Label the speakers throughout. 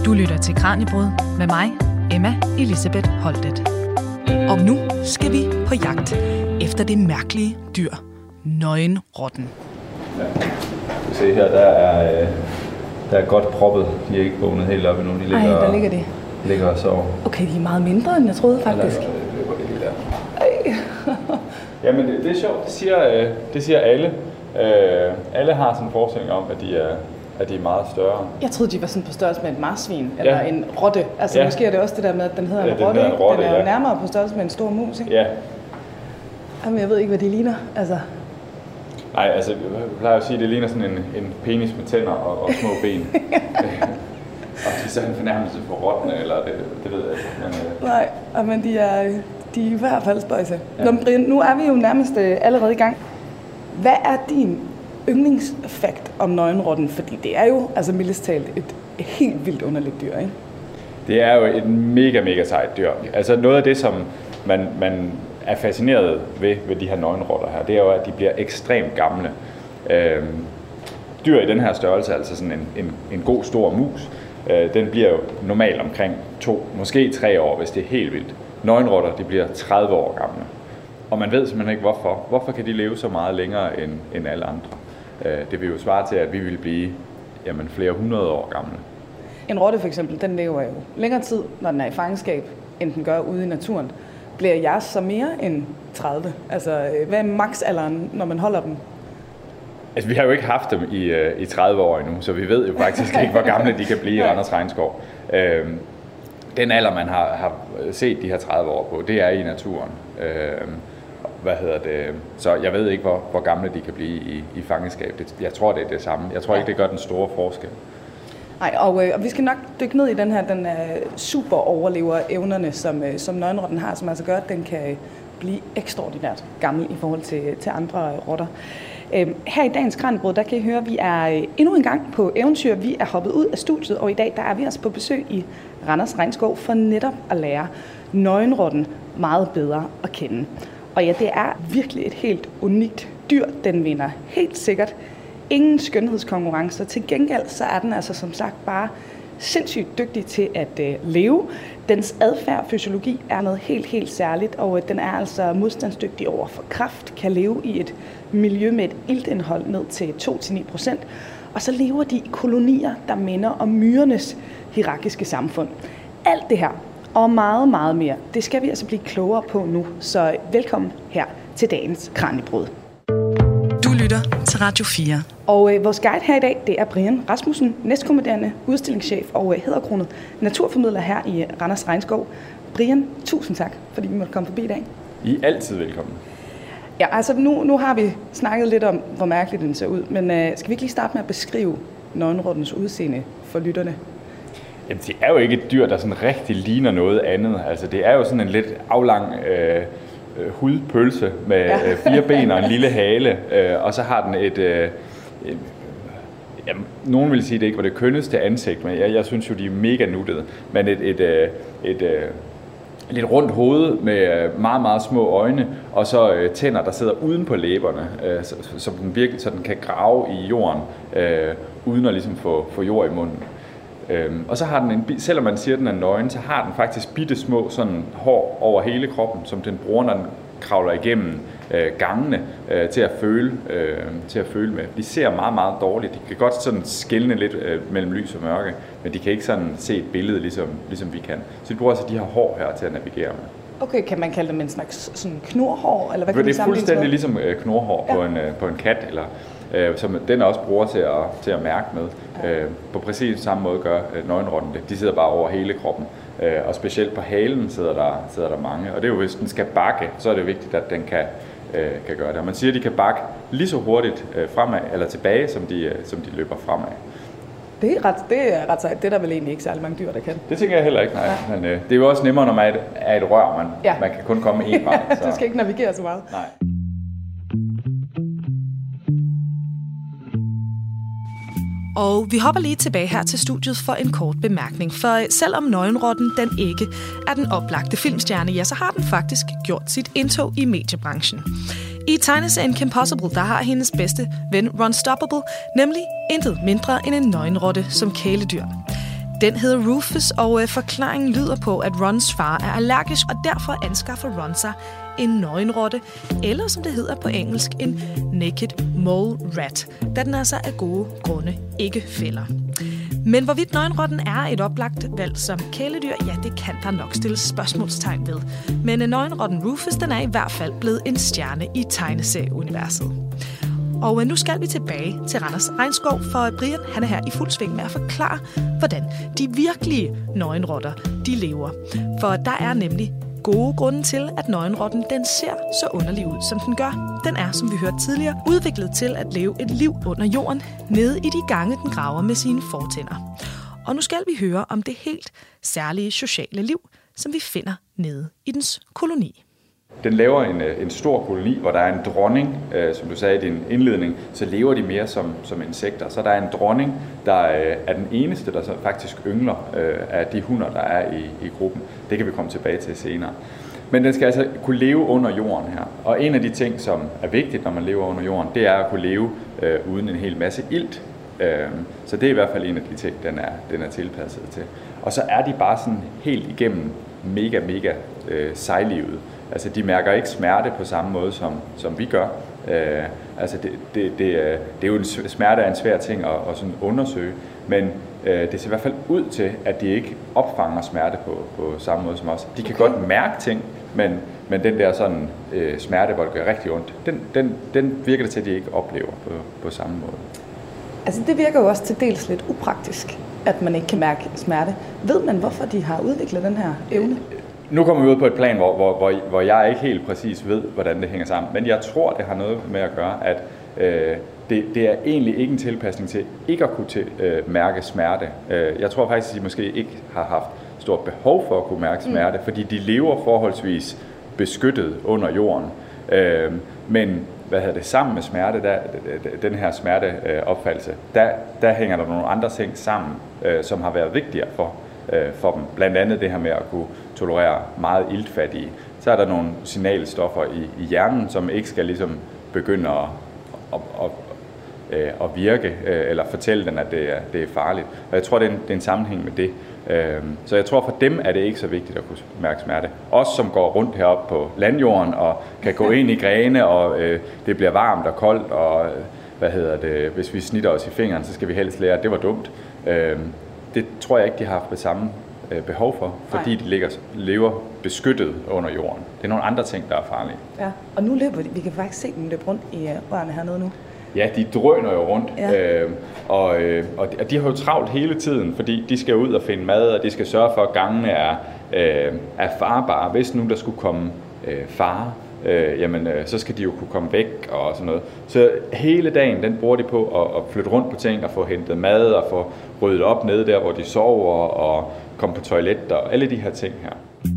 Speaker 1: Du lytter til Kraniebrud med mig, Emma Elisabeth Holtet. Og nu skal vi på jagt efter det mærkelige dyr, nøgenrotten.
Speaker 2: Ja. Se her, der er godt proppet. De er ikke vågnet helt op endnu. De ligger,
Speaker 3: der ligger de.
Speaker 2: Ligger og sover.
Speaker 3: Okay, de er meget mindre, end jeg troede faktisk.
Speaker 2: Jamen, det er sjovt. Det siger alle. Alle har sådan en forestilling om, at de er meget større.
Speaker 3: Jeg troede, de var sådan på størrelse med et marsvin, eller en rotte. Altså, måske er det også det der med, at den hedder en rotte, ikke? Den er jo nærmere på størrelse med en stor mus, ikke?
Speaker 2: Ja.
Speaker 3: Jamen, jeg ved ikke, hvad de ligner, altså.
Speaker 2: Nej, altså, jeg plejer at sige, at det ligner sådan en penis med tænder og små ben. Og det er sådan en fornærmelse for rottene, eller det ved jeg ikke.
Speaker 3: Nej, men de er i hvert fald spøjse. Ja. Nå, Brian, nu er vi jo nærmest allerede i gang. Hvad er din yndlingsfakt om nøgenrotten? Fordi det er jo, altså mildest talt, et helt vildt underligt dyr, ikke?
Speaker 2: Det er jo et mega, mega sejt dyr. Altså noget af det, som man er fascineret ved de her nøgenrotter her, det er jo, at de bliver ekstremt gamle. Dyr i den her størrelse, altså sådan en god stor mus, den bliver jo normalt omkring 2, måske 3 år, hvis det er helt vildt. Nøgenrotter, de bliver 30 år gamle. Og man ved simpelthen ikke hvorfor. Hvorfor kan de leve så meget længere end alle andre? Det vil jo svare til, at vi vil blive flere 100 år gamle.
Speaker 3: En rotte for eksempel, den lever jo længere tid, når den er i fangenskab, end den gør ude i naturen. Bliver jeres så mere end 30? Altså, hvad er maksalderen, når man holder dem?
Speaker 2: Altså, vi har jo ikke haft dem i 30 år endnu, så vi ved jo faktisk ikke, hvor gamle de kan blive i Randers Regnskov. Den alder, man har set de her 30 år på, det er i naturen. Så jeg ved ikke, hvor gamle de kan blive i fangenskab. Jeg tror, det er det samme. Jeg tror ikke, det gør den store forskel.
Speaker 3: Nej, og vi skal nok dykke ned i den super overlever evnerne, som nøgenrotten har, som altså gør, at den kan blive ekstraordinært gammel i forhold til andre rotter. Her i dagens Kraniebrud, der kan I høre, at vi er endnu en gang på eventyr. Vi er hoppet ud af studiet, og i dag der er vi altså på besøg i Randers Regnskov for netop at lære nøgenrotten meget bedre at kende. Og ja, det er virkelig et helt unikt dyr. Den vinder helt sikkert ingen skønhedskonkurrencer. Til gengæld så er den altså som sagt bare sindssygt dygtig til at leve. Dens adfærd og fysiologi er noget helt særligt, og den er altså modstandsdygtig over for kræft, kan leve i et miljø med et iltindhold ned til 2-9%, og så lever de i kolonier, der minder om myrernes hierarkiske samfund. Alt det her og meget, meget mere, det skal vi altså blive klogere på nu, så velkommen her til dagens Kraniebrud.
Speaker 1: Du lytter til Radio 4.
Speaker 3: Og vores guide her i dag, det er Brian Rasmussen, næstkommanderende udstillingschef og hæderkronet naturformidler her i Randers Regnskov. Brian, tusind tak, fordi vi måtte komme forbi i dag.
Speaker 2: I er altid velkommen.
Speaker 3: Ja, altså nu har vi snakket lidt om, hvor mærkeligt den ser ud, men skal vi ikke lige starte med at beskrive nøgenrottens udseende for lytterne?
Speaker 2: Jamen, det er jo ikke et dyr, der sådan rigtig ligner noget andet. Altså, det er jo sådan en lidt aflang hudpølse med 4 ben og en lille hale, og så har den nogen vil sige, at det ikke var det kønneste ansigt, men jeg synes jo, de er mega nuttede. Men et lidt rundt hoved med meget, meget små øjne, og så tænder, der sidder uden på læberne, så den kan grave i jorden, uden at ligesom få jord i munden. Og så har den selvom man siger, at den er nøgen, så har den faktisk bitte små sådan hår over hele kroppen, som den bruger, når den kravler igennem gangene til at føle med. De ser meget, meget dårligt. De kan godt sådan skelne lidt mellem lys og mørke, men de kan ikke sådan se et billede, ligesom vi kan. Så de bruger altså de her hår her til at navigere med.
Speaker 3: Okay, kan man kalde dem en slags sådan knurhår? Eller hvad kan
Speaker 2: det er fuldstændig ligesom knurhår på en kat, eller som den også bruger til at mærke med. På præcis samme måde gør nøgenrotten det. De sidder bare over hele kroppen. Og specielt på halen sidder der mange. Og det er jo, hvis den skal bakke, så er det vigtigt, at den kan gøre det. Og man siger, at de kan bakke lige så hurtigt fremad eller tilbage, som de løber fremad.
Speaker 3: Det er ret sejt. Det er der vel egentlig ikke særlig mange dyr, der kan.
Speaker 2: Det tænker jeg heller ikke, nej. Ja. Men det er jo også nemmere, når man er et rør. Man kan kun komme én vej.
Speaker 3: Du skal ikke navigere så meget.
Speaker 2: Nej.
Speaker 1: Og vi hopper lige tilbage her til studiet for en kort bemærkning. For selvom nøgenrotten den ikke er den oplagte filmstjerne, ja, så har den faktisk gjort sit indtog i mediebranchen. I tegneserien Kim Possible, der har hendes bedste ven Ron Stoppable nemlig intet mindre end en nøgenrotte som kæledyr. Den hedder Rufus, og forklaringen lyder på, at Rons far er allergisk, og derfor anskaffer Ron sig en nøgenrotte, eller som det hedder på engelsk, en naked mole rat, da den altså af gode grunde ikke fælder. Men hvorvidt nøgenrotten er et oplagt valg som kæledyr, ja, det kan der nok stilles spørgsmålstegn ved. Men nøgenrotten Rufus, den er i hvert fald blevet en stjerne i tegneserieuniverset. Og nu skal vi tilbage til Randers Regnskov, for Brian han er her i fuld sving med at forklare, hvordan de virkelige nøgenrotter de lever. For der er nemlig gode grunde til, at nøgenrotten den ser så underlig ud, som den gør. Den er, som vi hørte tidligere, udviklet til at leve et liv under jorden, nede i de gange, den graver med sine fortænder. Og nu skal vi høre om det helt særlige sociale liv, som vi finder nede i dens koloni.
Speaker 2: Den laver en stor koloni, hvor der er en dronning, som du sagde i din indledning, så lever de mere som insekter. Så der er en dronning, der er den eneste, der så faktisk yngler af de hunder, der er i gruppen. Det kan vi komme tilbage til senere. Men den skal altså kunne leve under jorden her. Og en af de ting, som er vigtigt, når man lever under jorden, det er at kunne leve uden en hel masse ilt. Så det er i hvert fald en af de ting, den er tilpasset til. Og så er de bare sådan helt igennem mega sejlivet. Altså, de mærker ikke smerte på samme måde, som vi gør. Altså, det er jo smerte er en svær ting at sådan undersøge, men det ser i hvert fald ud til, at de ikke opfanger smerte på samme måde som os. De kan godt mærke ting, men den der sådan smerte, hvor det gør rigtig ondt, den virker det til, at de ikke oplever på samme måde.
Speaker 3: Altså, det virker jo også til dels lidt upraktisk, at man ikke kan mærke smerte. Ved man, hvorfor de har udviklet den her evne?
Speaker 2: Nu kommer vi ud på et plan, hvor jeg ikke helt præcis ved, hvordan det hænger sammen. Men jeg tror, det har noget med at gøre, at det er egentlig ikke en tilpasning til ikke at kunne mærke smerte. Jeg tror faktisk, at de måske ikke har haft stort behov for at kunne mærke smerte, fordi de lever forholdsvis beskyttet under jorden. Men sammen med smerte, den her smerteopfattelse, der hænger der nogle andre ting sammen, som har været vigtigere for dem. Blandt andet det her med at kunne tolerere meget iltfattige. Så er der nogle signalstoffer i hjernen, som ikke skal ligesom begynde at virke eller fortælle den, at det er farligt. Og jeg tror, det er en sammenhæng med det. Så jeg tror, for dem er det ikke så vigtigt at kunne mærke smerte. Os, som går rundt heroppe på landjorden og kan gå ind i grene, og det bliver varmt og koldt, og hvis vi snitter os i fingeren, så skal vi helst lære, at det var dumt. Det tror jeg ikke, de har haft det samme behov for, fordi de lever beskyttet under jorden. Det er nogle andre ting, der er farlige.
Speaker 3: Ja, og nu løber de. Vi kan faktisk se dem løbe rundt i rørene hernede nu.
Speaker 2: Ja, de drøner jo rundt, og de har jo travlt hele tiden, fordi de skal ud og finde mad, og de skal sørge for, at gangene er farbare. Hvis nu der skulle komme fare, så skal de jo kunne komme væk og sådan noget. Så hele dagen, den bruger de på at flytte rundt på ting og få hentet mad og få ryddet op nede der, hvor de sover og komme på toilet og alle de her ting her.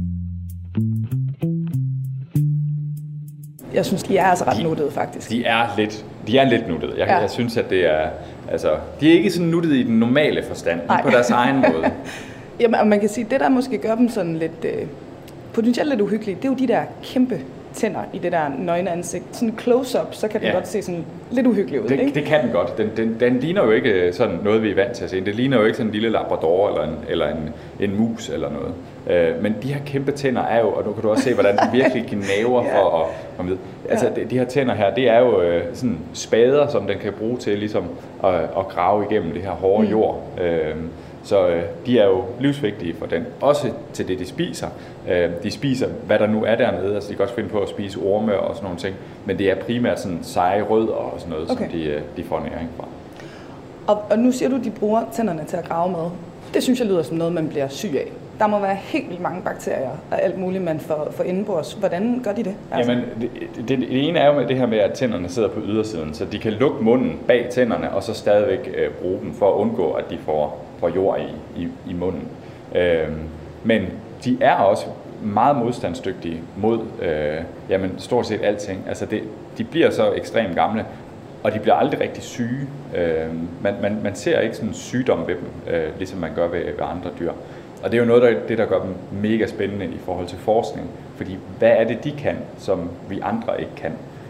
Speaker 3: Jeg synes, de er altså ret nuttede, faktisk.
Speaker 2: De er lidt nuttede. Jeg synes, at det er... Altså, de er ikke sådan nuttede i den normale forstand, på deres egen måde.
Speaker 3: Jamen, og man kan sige, det der måske gør dem sådan lidt... potentielt lidt uhyggelige, det er jo de der kæmpe tænder i det der nøgne ansigt. Sådan close-up, så kan den godt se sådan lidt uhyggelig ud, ikke?
Speaker 2: Det kan den godt. Den ligner jo ikke sådan noget, vi er vant til at se. Det ligner jo ikke sådan en lille labrador eller en mus eller noget. Men de her kæmpe tænder er jo, og nu kan du også se, hvordan den virkelig gnaver for at komme videre. Altså, de her tænder her, det er jo sådan spader, som den kan bruge til ligesom at grave igennem det her hårde jord. Så de er jo livsvigtige for den. Også til det, de spiser. De spiser, hvad der nu er dernede. Altså, de kan også finde på at spise orme og sådan nogle ting. Men det er primært sådan seje rødder og sådan noget, som de får næring fra.
Speaker 3: Og nu siger du, at de bruger tænderne til at grave med. Det synes jeg lyder som noget, man bliver syg af. Der må være helt vildt mange bakterier og alt muligt, man får indenbords. Hvordan gør de det? Altså? Jamen,
Speaker 2: det ene er jo med det her med, at tænderne sidder på ydersiden, så de kan lukke munden bag tænderne, og så stadigvæk bruge dem for at undgå, at de får jord i munden. Men de er også meget modstandsdygtige mod stort set alting. Altså de bliver så ekstremt gamle, og de bliver aldrig rigtig syge. Man ser ikke sådan sygdom ved dem, ligesom man gør ved andre dyr. Og det er jo noget, der gør dem mega spændende i forhold til forskning. Fordi hvad er det, de kan, som vi andre ikke kan?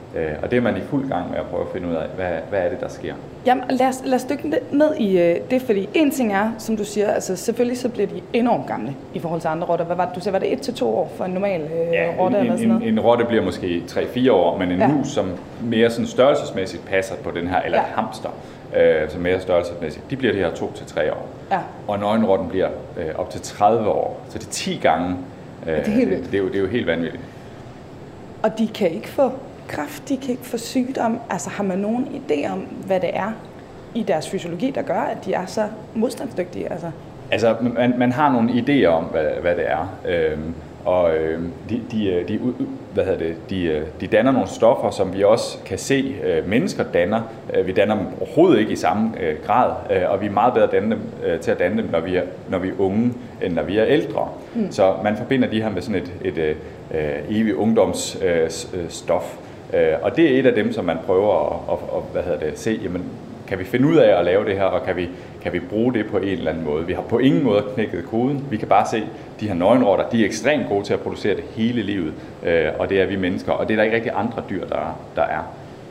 Speaker 2: Og det er man i fuld gang med at prøve at finde ud af, hvad er det, der sker.
Speaker 3: Jamen, lad os dykke ned i det, fordi en ting er, som du siger, altså selvfølgelig så bliver de enormt gamle i forhold til andre rotter. Hvad var det, du sagde, var det 1 til 2 år for en normal rotte eller sådan noget?
Speaker 2: En rotte bliver måske 3-4 år, men en mus, som mere sådan størrelsesmæssigt passer på den her, eller et hamster, som mere størrelsesmæssigt, de bliver de her 2 til 3 år. Ja. Og nøgenrotten bliver op til 30 år, så det er 10 gange.
Speaker 3: Det er helt vildt.
Speaker 2: Det er jo helt vanvittigt.
Speaker 3: Og de kan ikke få kræft, de kan ikke få sygdom. Altså har man nogen idé om, hvad det er i deres fysiologi, der gør, at de er så modstandsdygtige?
Speaker 2: Altså man har nogle idéer om, hvad det er. De danner nogle stoffer, som vi også kan se mennesker danner. Vi danner dem overhovedet ikke i samme grad, og vi er meget bedre til at danne dem, når vi er unge, end når vi er ældre. Så man forbinder de her med sådan et evigt ungdomsstof. Og det er et af dem, som man prøver at se, jamen, kan vi finde ud af at lave det her, og kan vi bruge det på en eller anden måde. Vi har på ingen måde knækket koden. Vi kan bare se, de her nøgenrotter, de er ekstremt gode til at producere det hele livet, og det er vi mennesker, og det er der ikke rigtig andre dyr, der er.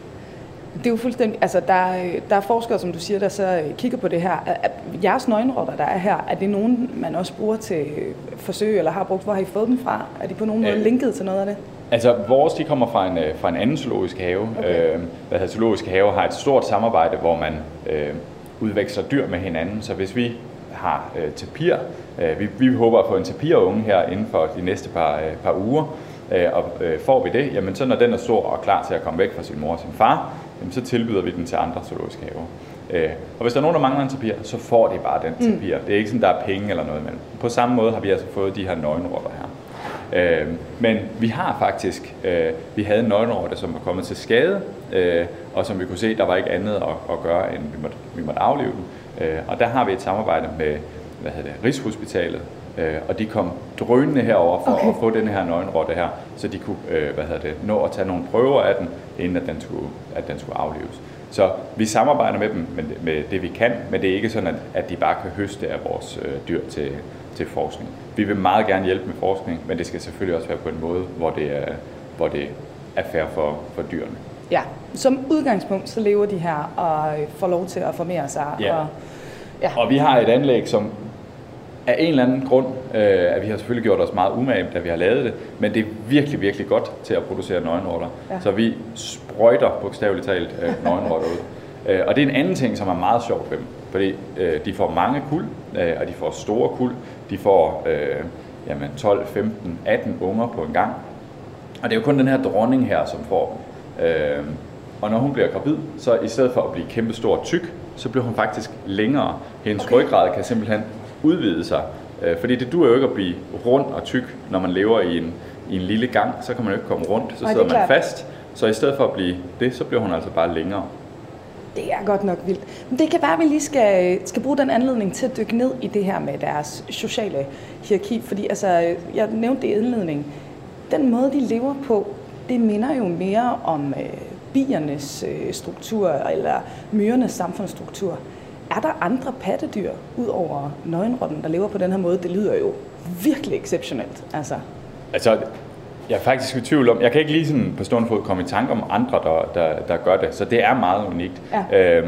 Speaker 3: Det er jo fuldstændig, altså der er forskere, som du siger, der så kigger på det her. Jeres nøgenrotter, der er her, er det nogen, man også bruger til forsøg, eller har brugt? Hvor har I fået dem fra? Er de på nogen måde linket til noget af det?
Speaker 2: Altså vores, de kommer fra en anden zoologisk have. Okay. Zoologisk have har et stort samarbejde, hvor man udveksler dyr med hinanden. Så hvis vi har tapir, vi håber at få en tapirunge her inden for de næste par uger, og får vi det, jamen så når den er stor og klar til at komme væk fra sin mor og sin far, jamen, så tilbyder vi den til andre zoologiske haver. Og hvis der er nogen, der mangler en tapir, så får de bare den tapir. Det er ikke sådan, der er penge eller noget, men på samme måde har vi altså fået de her nøgenrotter her. Men vi har faktisk, vi havde en nøgenrotte, som var kommet til skade, og som vi kunne se, der var ikke andet at gøre, end vi måtte aflive den. Og der har vi et samarbejde med Rigshospitalet, og de kom drønende herover for at få den her nøgenrotte her, så de kunne nå at tage nogle prøver af den, inden at den skulle aflives. Så vi samarbejder med dem med det vi kan, men det er ikke sådan, at de bare kan høste af vores dyr til forskning. Vi vil meget gerne hjælpe med forskning, men det skal selvfølgelig også være på en måde, hvor det er fair for dyrene. Ja,
Speaker 3: som udgangspunkt så lever de her og får lov til at formere sig.
Speaker 2: Ja. Og vi har et anlæg, som af en eller anden grund, at vi har selvfølgelig gjort os meget umage, da vi har lavet det, men det er virkelig, virkelig godt til at producere nøgenrotter. Ja. Så vi sprøjter bogstaveligt talt nøgenrotter ud. Og det er en anden ting, som er meget sjovt ved dem, fordi de får mange kuld, og de får store kuld. De får 12, 15, 18 unger på en gang. Og det er jo kun den her dronning her, som får dem. Og når hun bliver gravid, så i stedet for at blive kæmpestor tyk, så bliver hun faktisk længere. Hendes ryggrad kan simpelthen udvide sig. Fordi det duer jo ikke at blive rund og tyk, når man lever i en lille gang. Så kan man jo ikke komme rundt, så sidder man fast. Så i stedet for at blive det, så bliver hun altså bare længere.
Speaker 3: Det er godt nok vildt. Men det kan være, at vi lige skal bruge den anledning til at dykke ned i det her med deres sociale hierarki. Fordi altså, jeg nævnte det i indledningen. Den måde, de lever på, det minder jo mere om biernes struktur eller myrernes samfundsstruktur. Er der andre pattedyr ud over nøgenrotten, der lever på den her måde? Det lyder jo virkelig exceptionelt. Altså
Speaker 2: jeg er faktisk i tvivl om, jeg kan ikke lige sådan på stående fod komme i tanke om andre, der gør det, så det er meget unikt. Ja.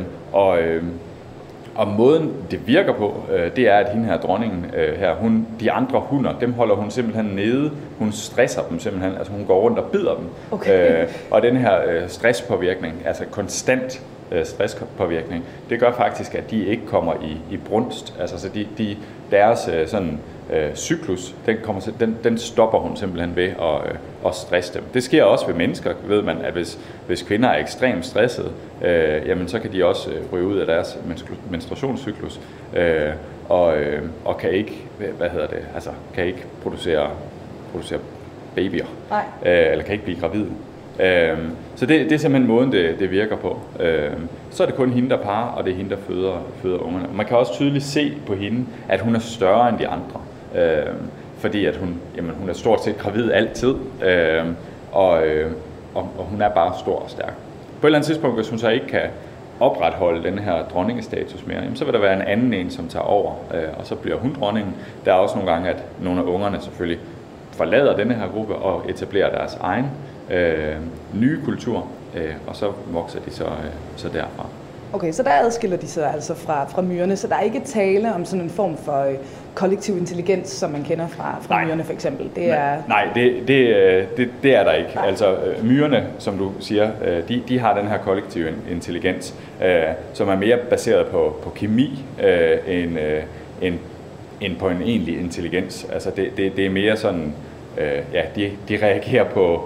Speaker 2: Og måden det virker på, det er, at hende her dronningen her, de andre hunder, dem holder hun simpelthen nede. Hun stresser dem simpelthen, altså hun går rundt og bider dem. Okay. Og den her stresspåvirkning, altså konstant stresspåvirkning, det gør faktisk, at de ikke kommer i brunst. Altså så deres cyklus, den stopper hun simpelthen ved at stresse dem. Det sker også ved mennesker, ved man, at hvis kvinder er ekstremt stressede, jamen så kan de også ryge ud af deres menstruationscyklus og kan ikke, kan ikke producere babyer, eller kan ikke blive gravide. Så det er simpelthen måden, det virker på. Så er det kun hende, der parer, og det er hende, der føder ungerne. Man kan også tydeligt se på hende, at hun er større end de andre. Fordi at hun er stort set gravid altid, og hun er bare stor og stærk. På et eller andet tidspunkt, hvis hun så ikke kan opretholde den her dronningestatus mere, så vil der være en anden en, som tager over, og så bliver hun dronningen. Der er også nogle gange, at nogle af ungerne selvfølgelig forlader denne her gruppe og etablerer deres egen nye kultur, og så vokser de så derfra.
Speaker 3: Okay, så der adskiller de sig altså fra myrerne, så der er ikke tale om sådan en form for kollektiv intelligens, som man kender fra myrerne for eksempel?
Speaker 2: Nej, det er der ikke. Ja. Altså myrerne, som du siger, de har den her kollektive intelligens, som er mere baseret på kemi end på en egentlig intelligens. Altså det er mere sådan, de reagerer på,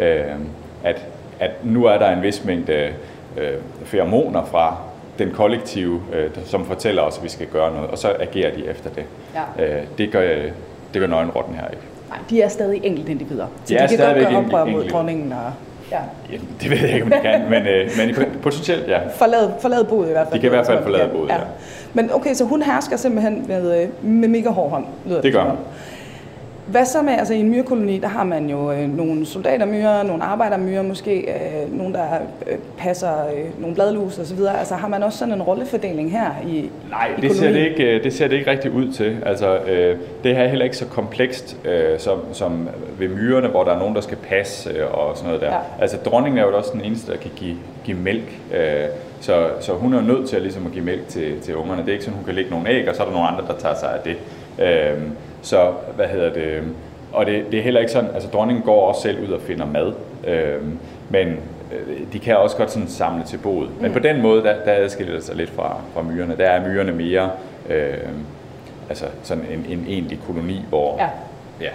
Speaker 2: at nu er der en vis mængde feromoner fra den kollektive, som fortæller os, at vi skal gøre noget, og så agerer de efter det. Ja. Det gør nøgenrotten her ikke.
Speaker 3: Nej, de er stadig enkeltindivider.
Speaker 2: Så de kan godt
Speaker 3: gøre oprør mod dronningen. Og,
Speaker 2: ja, det ved jeg ikke, om de kan, men potentielt, ja.
Speaker 3: Forlade boet i hvert fald.
Speaker 2: De kan i hvert fald forlade boet, ja.
Speaker 3: Men okay, så hun hersker simpelthen med mega hård hånd, lyder
Speaker 2: det gør hun.
Speaker 3: Hvad så med, altså i en myrekoloni, der har man jo nogle soldatermyrer, nogle arbejdermyrer måske, nogle der passer nogle bladlus og så videre. Altså har man også sådan en rollefordeling her i
Speaker 2: det ser det ikke rigtig ud til. Altså det er heller ikke så komplekst som ved myrerne, hvor der er nogen, der skal passe og sådan noget der. Ja. Altså dronningen er jo også den eneste, der kan give mælk. Så hun er jo nødt til ligesom at give mælk til ungerne. Det er ikke sådan, hun kan lægge nogle æg, og så er der nogle andre, der tager sig af det. Så, og det er heller ikke sådan, altså dronningen går også selv ud og finder mad, men de kan også godt sådan samle til boet. Men på den måde, der adskiller det sig lidt fra myrerne. Der er myrerne mere, altså sådan en egentlig koloni, hvor... Ja.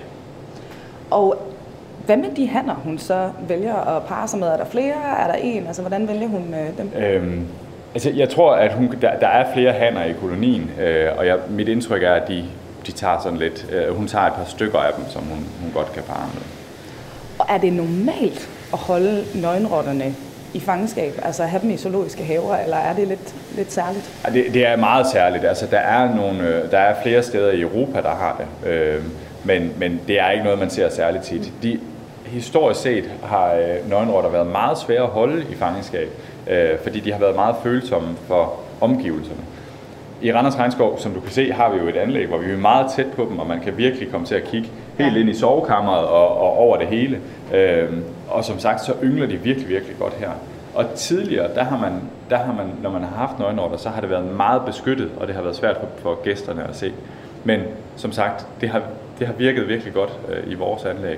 Speaker 3: Og hvad med de hanner, hun så vælger at parre sig med? Er der flere? Er der en? Altså, hvordan vælger hun dem?
Speaker 2: Altså, jeg tror, at der er flere hanner i kolonien, og mit indtryk er, at de tager sådan lidt, hun tager et par stykker af dem, som hun godt kan parre med.
Speaker 3: Og er det normalt at holde nøgenrotterne i fangenskab, altså have dem i zoologiske haver, eller er det lidt særligt?
Speaker 2: Ja, det er meget særligt. Altså, der er flere steder i Europa, der har det, men det er ikke noget, man ser særligt tit. Historisk set har nøgenrotter været meget svære at holde i fangenskab, fordi de har været meget følsomme for omgivelserne. I Randers Regnskov, som du kan se, har vi jo et anlæg, hvor vi er meget tæt på dem, og man kan virkelig komme til at kigge helt ind i sovekammeret og over det hele. Og som sagt, så yngler de virkelig, virkelig godt her. Og tidligere, der har man, når man har haft nøgenrotter, så har det været meget beskyttet, og det har været svært for gæsterne at se. Men som sagt, det har virket virkelig godt i vores anlæg.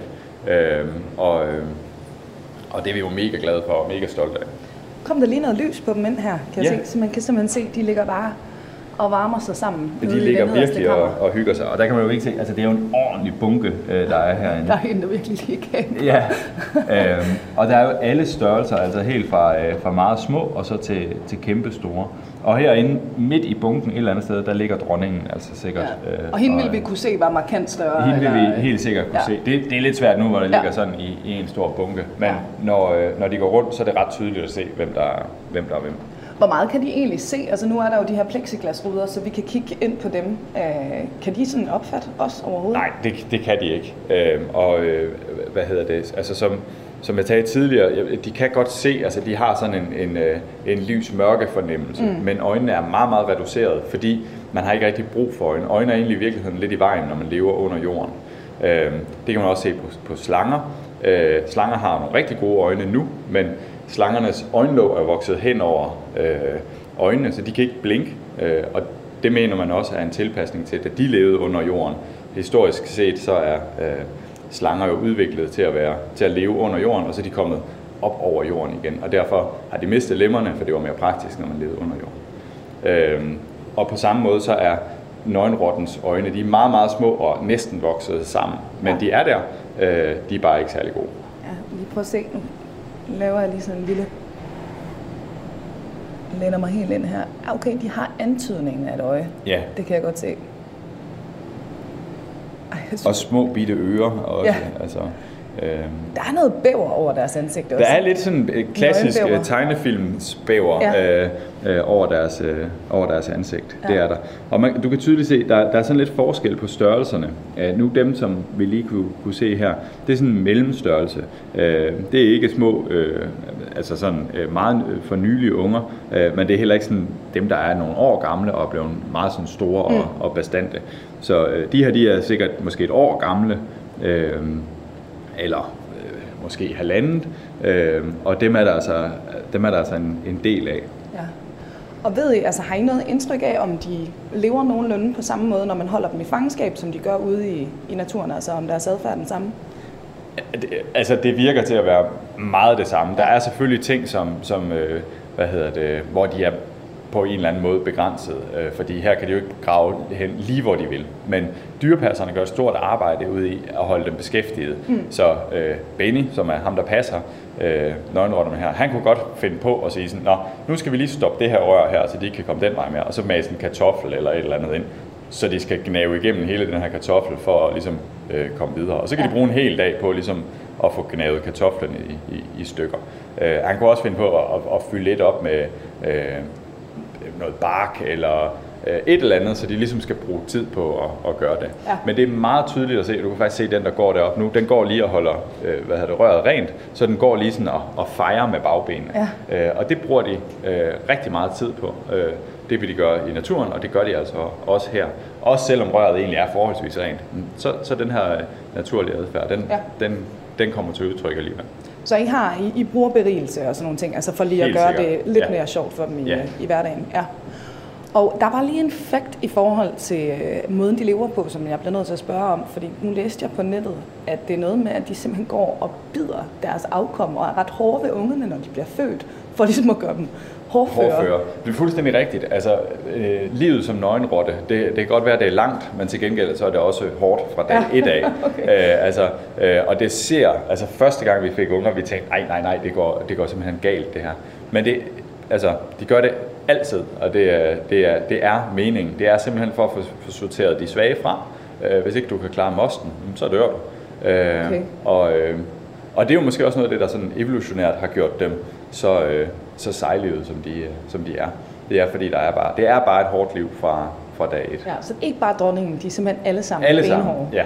Speaker 2: Og det er vi jo mega glade for og mega stolte af.
Speaker 3: Kom der lige noget lys på dem ind her, kan jeg se, så man kan simpelthen se, at de ligger bare og varmer sig sammen.
Speaker 2: De ligger virkelig og hygger sig, og der kan man jo ikke se, altså det er jo en ordentlig bunke, der er herinde.
Speaker 3: Der er en, der virkelig lige kan.
Speaker 2: Ja, og der er jo alle størrelser, altså helt fra meget små og så til kæmpe store. Og herinde, midt i bunken et eller andet sted, der ligger dronningen altså sikkert.
Speaker 3: Ja. Og hende ville vi kunne se var markant større?
Speaker 2: Hende ville vi helt sikkert kunne se. Det er lidt svært nu, hvor det ligger sådan i en stor bunke. Men når de går rundt, så er det ret tydeligt at se, hvem der er hvem.
Speaker 3: Hvor meget kan de egentlig se? Altså nu er der jo de her plexiglasruder, så vi kan kigge ind på dem. Kan de sådan opfatte os overhovedet?
Speaker 2: Nej, det kan de ikke. Altså som jeg talte tidligere, de kan godt se, altså de har sådan en lys-mørke fornemmelse, men øjnene er meget, meget reduceret, fordi man har ikke rigtig brug for øjne. Øjne er egentlig i virkeligheden lidt i vejen, når man lever under jorden. Det kan man også se på slanger. Slanger har nogle rigtig gode øjne nu, men slangernes øjenlåg er vokset hen over øjnene, så de kan ikke blinke, og det mener man også er en tilpasning til, at de levede under jorden. Historisk set så er slanger jo udviklet til at leve under jorden, og så er de kommet op over jorden igen, og derfor har de mistet lemmerne, for det var mere praktisk, når man levede under jorden. Og på samme måde så er nøgenrottens øjne, de er meget, meget små og næsten vokset sammen, men de er der, de er bare ikke særlig gode.
Speaker 3: Ja, lige prøv at se nu. Laver jeg lige sådan en lille... Læner mig helt ind her. Okay, de har antydningen af et øje. Ja. Det kan jeg godt se.
Speaker 2: Og små bitte ører også. Ja. Altså,
Speaker 3: der er noget bæver over deres ansigt også.
Speaker 2: Der er lidt sådan et klassisk tegnefilmsbæver over deres ansigt. Ja. Det er der. Og du kan tydeligt se, der er sådan lidt forskel på størrelserne. Nu dem, som vi lige kunne se her, det er sådan en mellemstørrelse. Det er ikke små, altså sådan meget for nylige unger, men det er heller ikke sådan dem, der er nogle år gamle og er blevet meget sådan store og bastante. Så de er sikkert måske et år gamle, eller måske 1,5, og dem er der altså en del af.
Speaker 3: Ja. Og ved I, altså har I noget indtryk af, om de lever nogenlunde på samme måde, når man holder dem i fangenskab, som de gør ude i naturen, altså om deres adfærd er den samme?
Speaker 2: Altså det virker til at være meget det samme. Der er selvfølgelig ting, hvor de er på en eller anden måde begrænset, fordi her kan de jo ikke grave hen lige hvor de vil. Men dyrepasserne gør et stort arbejde ude i at holde dem beskæftiget. Så Benny, som er ham, der passer nøgenrotterne her, han kunne godt finde på at sige sådan, nå, nu skal vi lige stoppe det her rør her, så de ikke kan komme den vej mere, og så mase en kartoffel eller et eller andet ind, så de skal gnave igennem hele den her kartoffel for at ligesom komme videre. Og så kan de bruge en hel dag på ligesom at få gnavet kartoflerne i stykker. Han kunne også finde på at fylde lidt op med noget bark eller et eller andet, så de ligesom skal bruge tid på at gøre det. Ja. Men det er meget tydeligt at se. Du kan faktisk se den, der går deroppe nu. Den går lige og holder røret rent, så den går lige sådan og fejrer med bagbenene. Ja. Og det bruger de rigtig meget tid på. Det vil de gøre i naturen, og det gør de altså også her. Også selvom røret egentlig er forholdsvis rent. Så den her naturlige adfærd, den kommer til udtryk alligevel.
Speaker 3: Så I bruger berigelse og sådan nogle ting, altså for lige at gøre det lidt mere sjovt for dem i hverdagen. Ja. Og der var lige en fakt i forhold til måden, de lever på, som jeg bliver nødt til at spørge om, fordi nu læste jeg på nettet, at det er noget med, at de simpelthen går og bider deres afkom og er ret hårde ved ungerne, når de bliver født, for ligesom at gøre dem hårdføre. Det er fuldstændig rigtigt. Altså, livet som nøgenrotte, det kan godt være, at det er langt, men til gengæld så er det også hårdt fra dag 1 af. Okay. Og det første gang vi fik unger, vi tænkte, nej, det går simpelthen galt det her. Men de gør det altid, og det er meningen. Det er simpelthen for at få sorteret de svage fra. Hvis ikke du kan klare mosten, så dør du. Okay. Og det er jo måske også noget af det, der sådan evolutionært har gjort dem så sejlivede, som de er. Det er fordi, det er bare et hårdt liv fra dag 1. Ja, så ikke bare dronningen, de er simpelthen alle sammen benhårde.
Speaker 2: Ja.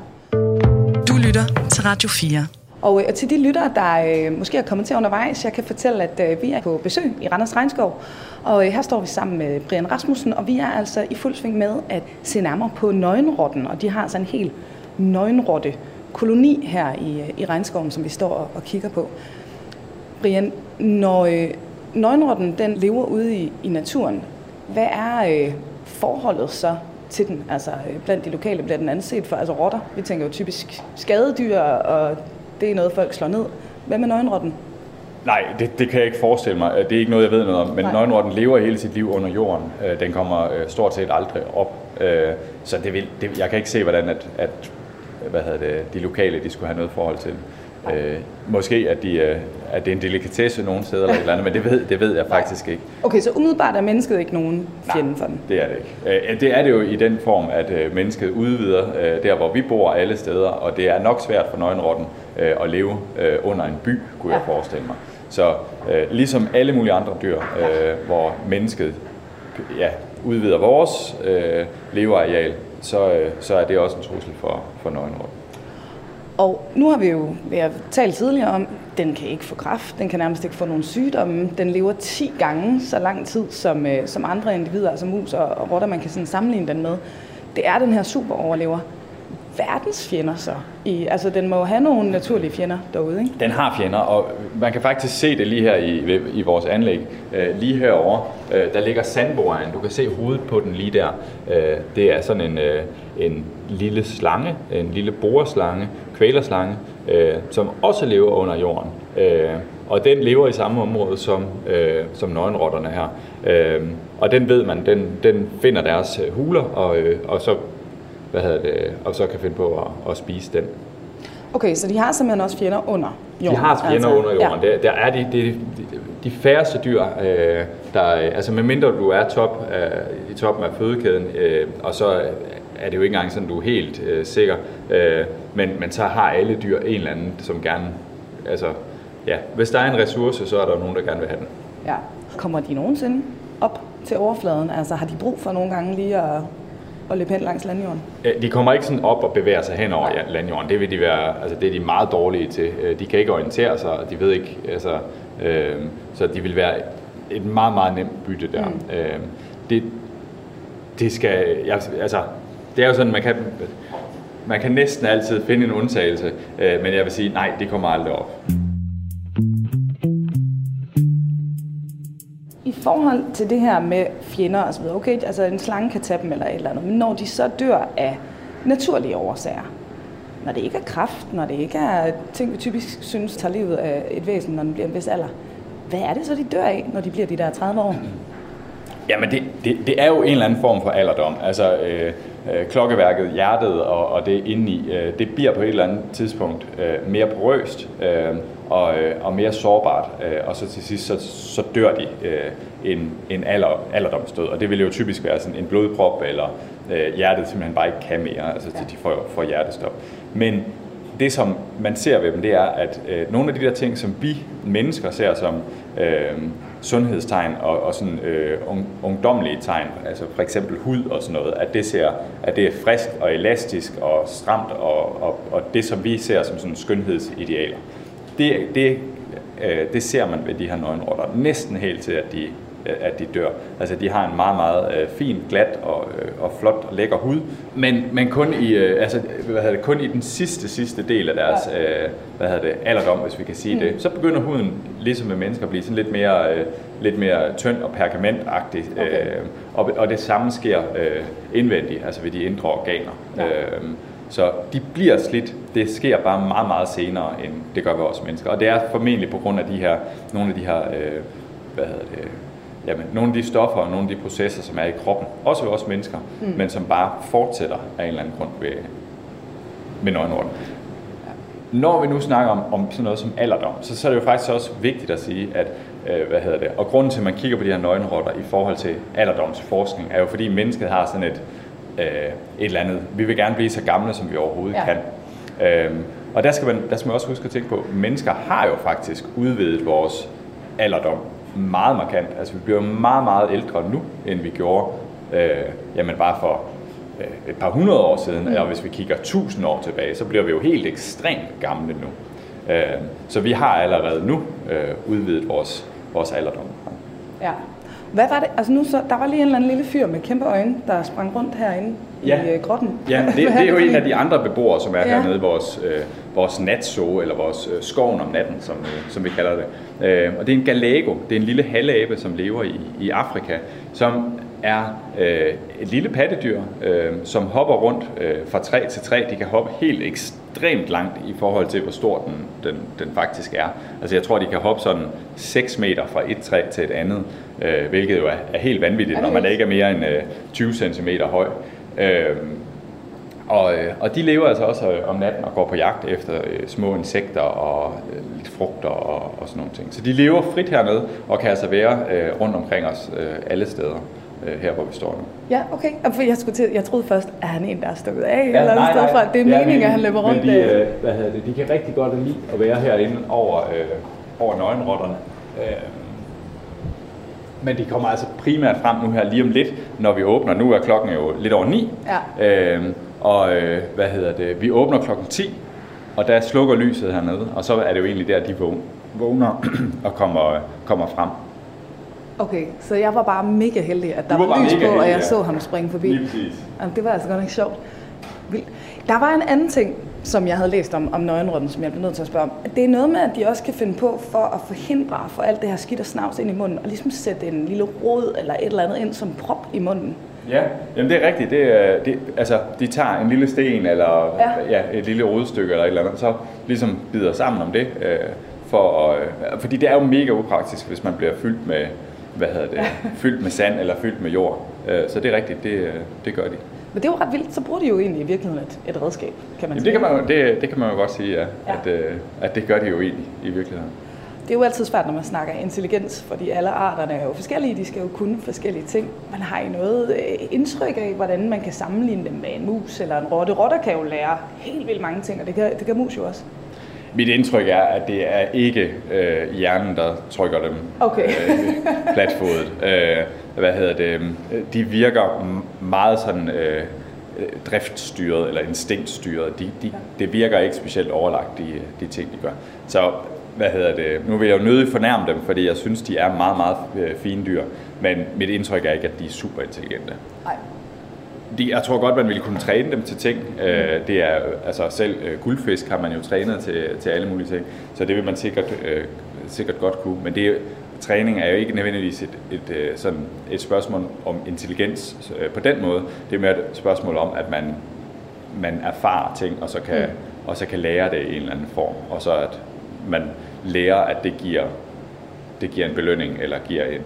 Speaker 1: Du lytter til Radio 4.
Speaker 3: Og til de lyttere, der måske er kommet til undervejs, jeg kan fortælle, at vi er på besøg i Randers Regnskov. Og her står vi sammen med Brian Rasmussen, og vi er altså i fuld sving med at se nærmere på nøgenrotten. Og de har altså en helt nøgenrotte koloni her i regnskoven, som vi står og kigger på. Brian, når nøgenrotten den lever ude i naturen, hvad er forholdet så til den? Altså blandt de lokale bliver den anset for, altså rotter, vi tænker jo typisk skadedyr, og det er noget, folk slår ned. Hvad med nøgenrotten?
Speaker 2: Nej, det kan jeg ikke forestille mig. Det er ikke noget, jeg ved noget om. Men nøgenrotten lever hele sit liv under jorden. Den kommer stort set aldrig op. Så jeg kan ikke se, hvordan de lokale de skulle have noget forhold til. Måske at det er en delikatesse nogle steder eller et eller andet, men det ved jeg faktisk ikke.
Speaker 3: Okay, så umiddelbart er mennesket ikke nogen fjende for den?
Speaker 2: Det er det ikke. Det er det jo i den form, at mennesket udvider der, hvor vi bor alle steder, og det er nok svært for nøgenrotten at leve under en by, kunne jeg forestille mig. Så ligesom alle mulige andre dyr, hvor mennesket udvider vores leveareal, så er det også en trussel for nøgenrotten.
Speaker 3: Og nu har vi jo talt tidligere om, at den kan ikke få kræft, den kan nærmest ikke få nogen sygdomme. Den lever 10 gange så lang tid som andre individer, altså mus og rotter, man kan sådan sammenligne den med. Det er den her superoverlever. Verdens fjender så? Altså den må jo have nogle naturlige fjender derude, ikke?
Speaker 2: Den har fjender, og man kan faktisk se det lige her i vores anlæg. Lige herovre, der ligger sandboren. Du kan se hovedet på den lige der. Det er sådan en lille slange, en lille boreslange, kvælerslange, som også lever under jorden. Og den lever i samme område som nøgenrotterne her. Og den ved man, den finder deres huler, og så og så kan finde på at spise den.
Speaker 3: Okay, så de har simpelthen også fjender under jorden?
Speaker 2: De har fjender under jorden. Ja. Der er de færreste dyr, altså medmindre du er i toppen af fødekæden, og så er det jo ikke engang sådan, du er helt sikker, men så har alle dyr en eller anden, som gerne, hvis der er en ressource, så er der nogen, der gerne vil have den.
Speaker 3: Ja. Kommer de nogensinde op til overfladen? Altså har de brug for nogle gange lige at løbe hen langs landjorden?
Speaker 2: De kommer ikke sådan op og bevæger sig hen over landjorden. Det vil de være, det er de meget dårlige til. De kan ikke orientere sig, og de ved ikke, så de vil være et meget, meget nemt bytte der. Det er jo sådan, man kan, man kan næsten altid finde en undtagelse, men jeg vil sige, nej, det kommer aldrig op.
Speaker 3: I forhold til det her med fjender og så videre, okay, altså en slange kan tage dem eller et eller andet, men når de så dør af naturlige årsager, når det ikke er kræft, når det ikke er ting, vi typisk synes tager livet af et væsen, når den bliver en vis alder, hvad er det så, de dør af, når de bliver de der 30 år?
Speaker 2: Jamen det er jo en eller anden form for alderdom. Altså klokkeværket, hjertet og det indeni, det bliver på et eller andet tidspunkt mere porøst og mere sårbart. Og så til sidst, så dør de en alderdomsdød. Og det vil jo typisk være sådan en blodprop, eller hjertet simpelthen bare ikke kan mere, altså til de får hjertestop. Men det, som man ser ved dem, det er, at nogle af de der ting, som vi mennesker ser som sundhedstegn og sådan ungdommelige tegn, altså for eksempel hud og sådan noget, at det er frisk og elastisk og stramt og det, som vi ser som sådan skønhedsidealer. Det ser man ved de her nøgenrotter, næsten helt til, at de dør. Altså de har en meget, meget fin, glat og flot og lækker hud, men kun kun i den sidste del af deres alderdom, hvis vi kan sige det. Så begynder huden, ligesom med mennesker, at blive sådan lidt mere tynd og pergamentagtig. Okay. Og det samme sker indvendigt, altså ved de indre organer. Ja. Så de bliver slidt. Det sker bare meget, meget senere, end det gør ved os mennesker. Og det er formentlig på grund af nogle af de her nogle af de stoffer og nogle af de processer, som er i kroppen, også ved os mennesker, men som bare fortsætter af en eller anden grund ved nøgenrotten. Når vi nu snakker om sådan noget som alderdom, så er det jo faktisk også vigtigt at sige, at og grunden til, at man kigger på de her nøgenrotter i forhold til alderdomsforskning, er jo fordi mennesket har sådan et eller andet, vi vil gerne blive så gamle, som vi overhovedet kan. Og der skal man også huske at tænke på, at mennesker har jo faktisk udvidet vores alderdom meget markant. Altså vi bliver meget, meget ældre nu, end vi gjorde bare for et par hundrede år siden, eller hvis vi kigger 1000 år tilbage, så bliver vi jo helt ekstremt gamle nu. Så vi har allerede nu udvidet vores alderdom. Ja.
Speaker 3: Hvad var det? Altså nu så, der var lige en eller anden lille fyr med kæmpe øjne, der sprang rundt herinde i grotten.
Speaker 2: Ja, det er jo en af de andre beboere, som er hernede i vores natzoo, eller vores skoven om natten, som vi kalder det. Og det er en galago, det er en lille halvabe, som lever i Afrika, som er et lille pattedyr, som hopper rundt fra træ til træ. De kan hoppe helt ekstremt langt i forhold til, hvor stor den faktisk er. Altså jeg tror, de kan hoppe sådan 6 meter fra et træ til et andet, hvilket jo er helt vanvittigt, når man ikke er mere end 20 cm høj. Og de lever altså også om natten og går på jagt efter små insekter og lidt frugter og sådan nogle ting. Så de lever frit hernede og kan altså være rundt omkring os alle steder. Her, hvor vi står nu.
Speaker 3: Ja, okay. For jeg troede først, at han er en, der er stukket af eller andet sted fra. Det er meningen, at han løber rundt.
Speaker 2: Men de kan rigtig godt lide at være herinde over nøgenrotterne. Men de kommer altså primært frem nu her lige om lidt, når vi åbner. Nu er klokken jo lidt over 9. Ja. Vi åbner klokken 10, og der slukker lyset hernede, og så er det jo egentlig der, de vågner og kommer frem.
Speaker 3: Okay, så jeg var bare mega heldig, at der var lys på, og jeg så ham springe forbi.
Speaker 2: Lige præcis.
Speaker 3: Det var altså godt nok sjovt. Der var en anden ting, som jeg havde læst om nøgenrotten, som jeg blev nødt til at spørge om. Det er noget med, at de også kan finde på for at forhindre at få alt det her skidt og snavs ind i munden, og ligesom sætte en lille rod eller et eller andet ind som prop i munden.
Speaker 2: Ja, jamen det er rigtigt. Altså, de tager en lille sten eller et lille rodstykke eller et eller andet, så ligesom bider sammen om det. Fordi det er jo mega upraktisk, hvis man bliver fyldt med fyldt med sand eller fyldt med jord. Så det er rigtigt, det gør de.
Speaker 3: Men det er jo ret vildt, så bruger de jo egentlig i virkeligheden et redskab, kan man sige.
Speaker 2: Det kan man jo godt sige, ja. At det gør de jo egentlig i virkeligheden.
Speaker 3: Det er jo altid svært, når man snakker intelligens, fordi alle arterne er jo forskellige, de skal jo kunne forskellige ting. Man har I noget indtryk af, hvordan man kan sammenligne dem med en mus eller en rotte? Rotter kan jo lære helt vildt mange ting, og det kan mus jo også.
Speaker 2: Mit indtryk er, at det er ikke hjernen, der trykker dem platfodet. De virker meget sådan driftstyret eller instinktstyret. Det virker ikke specielt overlagt, de ting, de gør. Så nu vil jeg jo nødig fornærme dem, fordi jeg synes, de er meget, meget fine dyr. Men mit indtryk er ikke, at de er super intelligente.
Speaker 3: Nej.
Speaker 2: Jeg tror godt, man ville kunne træne dem til ting. Det er, altså selv guldfisk har man jo trænet til alle mulige ting, så det vil man sikkert godt kunne. Men træning er jo ikke nødvendigvis et spørgsmål om intelligens på den måde. Det er mere et spørgsmål om, at man erfarer ting, og så kan lære det i en eller anden form. Og så at man lærer, at det giver en belønning, eller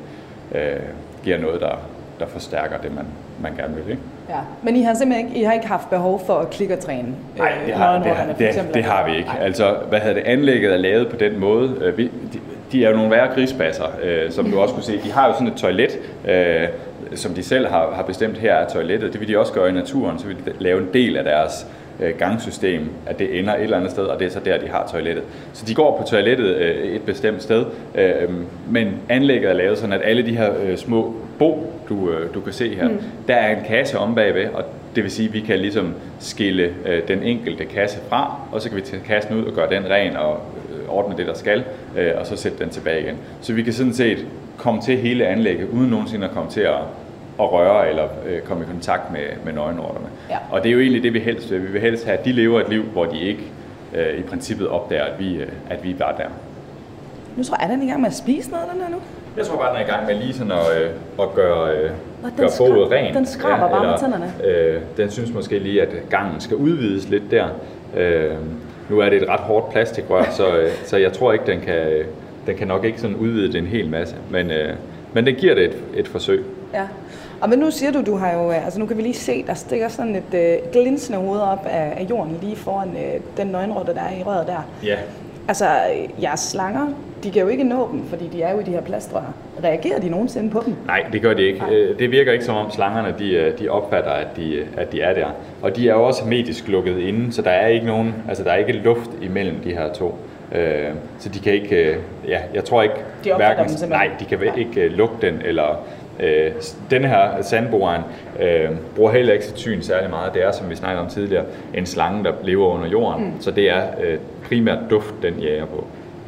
Speaker 2: giver noget, der forstærker det, man gerne vil. Ikke?
Speaker 3: Ja, men I har simpelthen ikke haft behov for at klikkertræne?
Speaker 2: Nej, det har vi ikke. Nej. Altså, anlægget er lavet på den måde. De er jo nogle værre grisbasser, som du også kunne se. De har jo sådan et toilet, som de selv har bestemt, her er toilettet. Det vil de også gøre i naturen, så vil de lave en del af deres gangsystem, at det ender et eller andet sted, og det er så der, de har toilettet. Så de går på toilettet et bestemt sted, men anlægget er lavet sådan, at alle de her små du kan se her, der er en kasse om bagved, og det vil sige, at vi kan ligesom skille den enkelte kasse fra, og så kan vi tage kassen ud og gøre den ren og ordne det, der skal, og så sætte den tilbage igen. Så vi kan sådan set komme til hele anlægget, uden nogensinde at komme til at røre eller komme i kontakt med nøgenrotterne. Ja. Og det er jo egentlig det, vi helst vil. Vi vil helst have, at de lever et liv, hvor de ikke i princippet opdager, at vi var der.
Speaker 3: Nu tror jeg, den er i gang med at spise noget, den her nu.
Speaker 2: Jeg tror bare, den er i gang med lige sådan at gøre bålet rent.
Speaker 3: Den skraber bare med tænderne.
Speaker 2: Den synes måske lige, at gangen skal udvides lidt der. Nu er det et ret hårdt plastikrør, så jeg tror ikke, den kan nok ikke sådan udvide det en hel masse. Men den giver det et forsøg.
Speaker 3: Ja. Og men nu siger du har jo, altså nu kan vi lige se, der stikker sådan et glinsende hoved op af jorden lige foran den nøgenrotte, der er i røret der.
Speaker 2: Ja.
Speaker 3: Altså, jeres slanger, de kan jo ikke nå dem, fordi de er jo i de her plastrør. Reagerer de nogensinde på dem?
Speaker 2: Nej, det gør de ikke. Nej. Det virker ikke som om slangerne, de opfatter, at de er der. Og de er jo også hermetisk lukket inde, så der er ikke nogen, altså der er ikke luft imellem de her to. Så de kan ikke, jeg tror ikke,
Speaker 3: de opfatter dem simpelthen.
Speaker 2: Nej, de kan ikke lukke den, eller denne her sandboren bruger heller ikke sit syn særlig meget. Det er, som vi snakkede om tidligere, en slange, der lever under jorden, så det er primært duft, den jager på.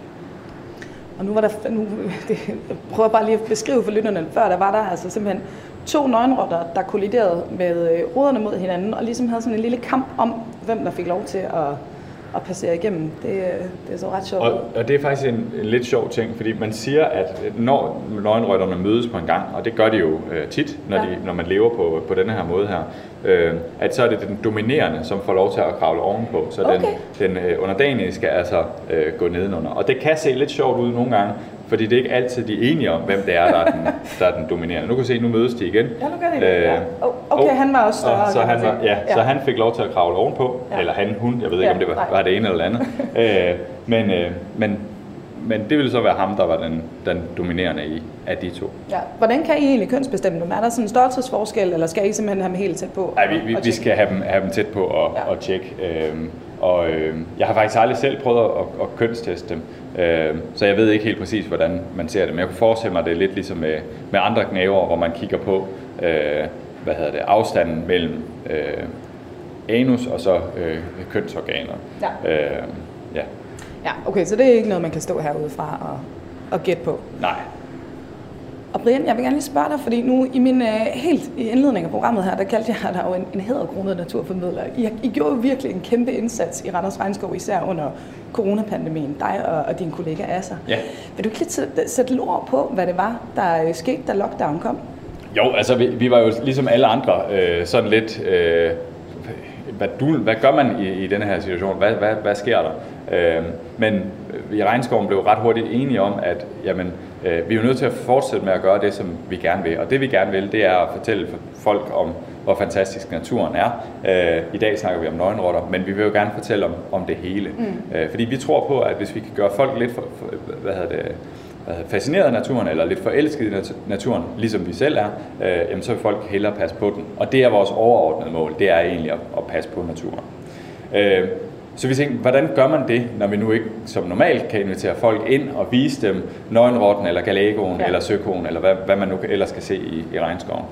Speaker 3: Og nu var der, jeg prøver bare lige at beskrive for lytterne, før der var der altså simpelthen 2 nøgenrotter, der kolliderede med roderne mod hinanden, og ligesom havde sådan en lille kamp om, hvem der fik lov til at passere igennem. Det er så ret sjovt.
Speaker 2: Og det er faktisk en lidt sjov ting, fordi man siger, at når nøgenrotterne mødes på en gang, og det gør de jo tit, når man lever på denne her måde her, at så er det den dominerende, som får lov til at kravle ovenpå. Så den underdanige skal altså gå nedenunder. Og det kan se lidt sjovt ud nogle gange, fordi det er ikke altid de er enige om, hvem det er, der er den dominerende. Nu kan se, nu mødes de igen.
Speaker 3: Ja, nu gør de det. Okay, han var også større.
Speaker 2: Så han fik lov til at kravle ovenpå. Ja. Eller hun. Jeg ved ikke, om det var det ene eller andet. Men det ville så være ham, der var den dominerende af de to. Ja.
Speaker 3: Hvordan kan I egentlig kønsbestemme dem? Er der sådan en størrelsesforskel, eller skal I simpelthen have dem helt tæt på?
Speaker 2: Nej, vi skal have dem tæt på og tjekke. Jeg har faktisk aldrig selv prøvet at kønsteste dem, så jeg ved ikke helt præcis, hvordan man ser det. Men jeg kunne forestille mig, det er lidt ligesom med andre gnavere, hvor man kigger på afstanden mellem anus og så kønsorganer. Ja.
Speaker 3: Ja, okay, så det er ikke noget, man kan stå herude fra og gætte på?
Speaker 2: Nej.
Speaker 3: Og Brian, jeg vil gerne lige spørge dig, fordi nu i min helt i indledning af programmet her, der kaldte jeg dig jo en hæderkronet naturformidler. I gjorde jo virkelig en kæmpe indsats i Randers Regnskov, især under coronapandemien, dig og din kollega Asser. Ja. Vil du ikke lidt sætte ord på, hvad det var, der skete, da lockdown kom?
Speaker 2: Jo, altså vi var jo ligesom alle andre sådan lidt... Hvad gør man i denne her situation? Hvad sker der? Men i Regnskoven blev ret hurtigt enige om, at vi er jo nødt til at fortsætte med at gøre det, som vi gerne vil. Og det vi gerne vil, det er at fortælle folk om, hvor fantastisk naturen er. I dag snakker vi om nøgenrotter, men vi vil jo gerne fortælle om det hele. Fordi vi tror på, at hvis vi kan gøre folk lidt fascineret af naturen, eller lidt forelsket i naturen, ligesom vi selv er, så vil folk hellere passe på den. Og det er vores overordnede mål, det er egentlig at passe på naturen. Så vi tænkte, hvordan gør man det, når vi nu ikke som normalt kan invitere folk ind og vise dem nøgenrotten, eller galagoen, eller søkoen, eller hvad man nu ellers skal se i regnskoven.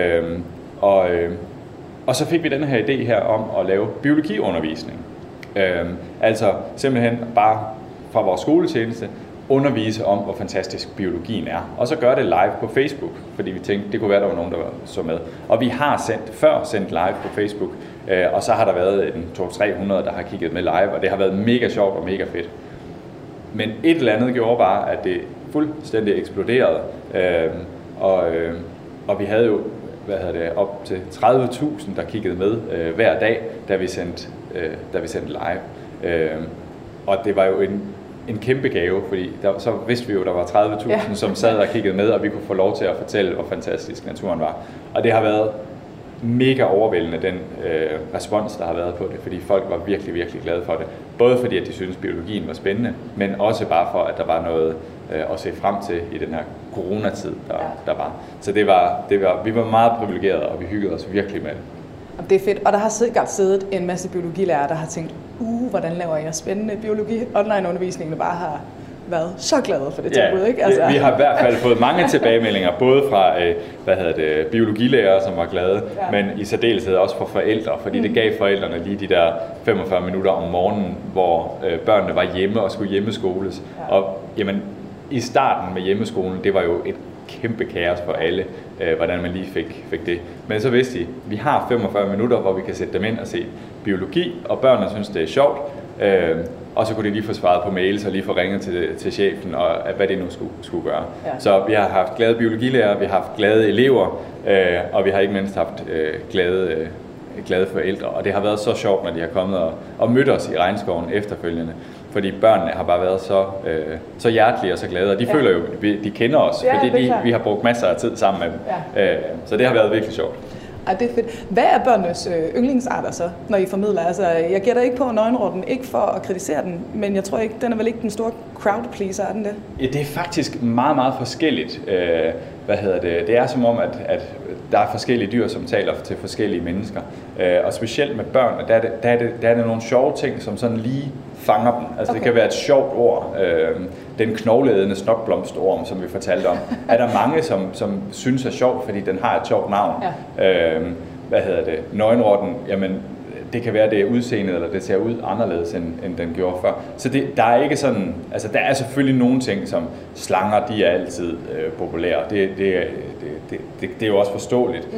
Speaker 2: Og så fik vi den her idé her om at lave biologiundervisning. Altså simpelthen bare fra vores skoletjeneste undervise om, hvor fantastisk biologien er. Og så gør det live på Facebook, fordi vi tænkte, det kunne være, der var nogen, der så med. Og vi har sendt live på Facebook, og så har der været 200-300, der har kigget med live, og det har været mega sjovt og mega fedt. Men et eller andet gjorde bare, at det fuldstændig eksploderede, og vi havde jo op til 30.000, der kiggede med hver dag, da vi sendte live. Og det var jo en kæmpe gave, fordi så vidste vi jo, at der var 30.000, som sad og kiggede med, og vi kunne få lov til at fortælle, hvor fantastisk naturen var. Og det har været mega overvældende, den respons, der har været på det, fordi folk var virkelig, virkelig glade for det. Både fordi, at de syntes, biologien var spændende, men også bare for, at der var noget at se frem til i den her coronatid, der var. Så vi var meget privilegerede, og vi hyggede os virkelig med det.
Speaker 3: Det er fedt, og der har sikkert siddet en masse biologilærere, der har tænkt, hvordan laver jeg spændende biologi? Online-undervisningen bare har været så glade for det tilbud, ikke? Altså.
Speaker 2: Vi har i hvert fald fået mange tilbagemeldinger, både fra biologilærere, som var glade, men i særdeleshed også fra forældre, fordi det gav forældrene lige de der 45 minutter om morgenen, hvor børnene var hjemme og skulle hjemmeskoles. Og jamen, i starten med hjemmeskolen, det var jo et kæmpe kaos for alle, hvordan man lige fik det. Men så vidste de, vi har 45 minutter, hvor vi kan sætte dem ind og se biologi, og børnene synes, det er sjovt. Og så kunne de lige få svaret på mails og lige få ringet til chefen, og hvad det nu skulle gøre. Ja. Så vi har haft glade biologilærere, vi har haft glade elever, og vi har ikke mindst haft glade forældre. Og det har været så sjovt, når de har kommet og mødt os i regnskoven efterfølgende. Fordi børnene har bare været så hjertelige og så glade, og de føler jo, de kender os, fordi vi har brugt masser af tid sammen med dem. Ja. Så det har været virkelig sjovt.
Speaker 3: Ej, det er fedt. Hvad er børnenes yndlingsarter så, når I formidler? Altså, jeg gætter ikke på nøgenrotten, ikke for at kritisere den, men jeg tror ikke, den er vel ikke den store crowd pleaser, er den det?
Speaker 2: Ja, det er faktisk meget, meget forskelligt. Det er som om, at der er forskellige dyr, som taler til forskellige mennesker. Og specielt med børn, der er det nogle sjove ting, som sådan lige fanger dem. Altså det kan være et sjovt ord. Den knogleædende snotblomstorm, som vi fortalte om, er der mange, som synes er sjovt, fordi den har et sjovt navn. Ja. Nøgenrotten, jamen det kan være, det er udseendet, eller det ser ud anderledes, end den gjorde før. Så der er ikke sådan, altså der er selvfølgelig nogle ting, som slanger, de er altid populære. Det er jo også forståeligt.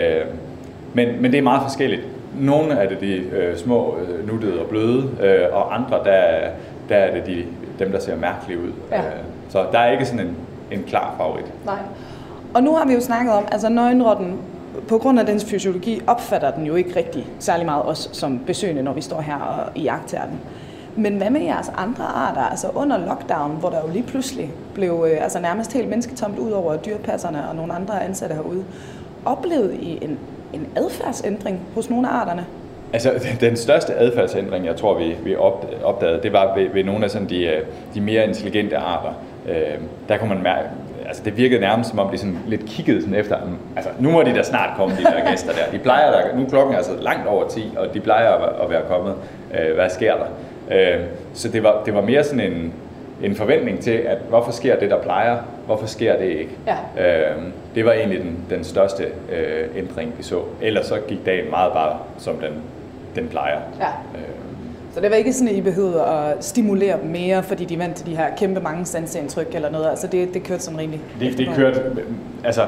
Speaker 2: Men det er meget forskelligt. Nogle af det de små, nuttede og bløde, og andre, der er det dem, der ser mærkelige ud. Ja. Så der er ikke sådan en klar favorit. Nej.
Speaker 3: Og nu har vi jo snakket om, altså nøgenrotten, på grund af dens fysiologi, opfatter den jo ikke rigtig særlig meget os som besøgende, når vi står her og iagttager den. Men hvad med jeres andre arter? Altså under lockdown, hvor der jo lige pludselig blev nærmest helt mennesketomt ud over dyrpasserne og nogle andre ansatte herude, oplevede I en adfærdsændring hos nogle af arterne?
Speaker 2: Altså, den største adfærdsændring, jeg tror, vi opdagede, det var ved nogle af sådan de mere intelligente arter. Der kunne man mærke, altså det virkede nærmest som om de sådan lidt kiggede sådan efter, altså nu må de da snart komme, de der gæster der. De plejer der, nu er klokken altså langt over 10, og de plejer at være kommet. Hvad sker der? Så det var mere sådan en forventning til, at hvorfor sker det, der plejer, hvorfor sker det ikke? Ja. Det var egentlig den største ændring, vi så. Ellers så gik dagen meget bare, som den plejer. Ja.
Speaker 3: Så det var ikke sådan, at I behøvede at stimulere dem mere, fordi de er vant til de her kæmpe mange sanseindtryk eller noget. Altså det kørte sådan rimelig.
Speaker 2: Det kørte, altså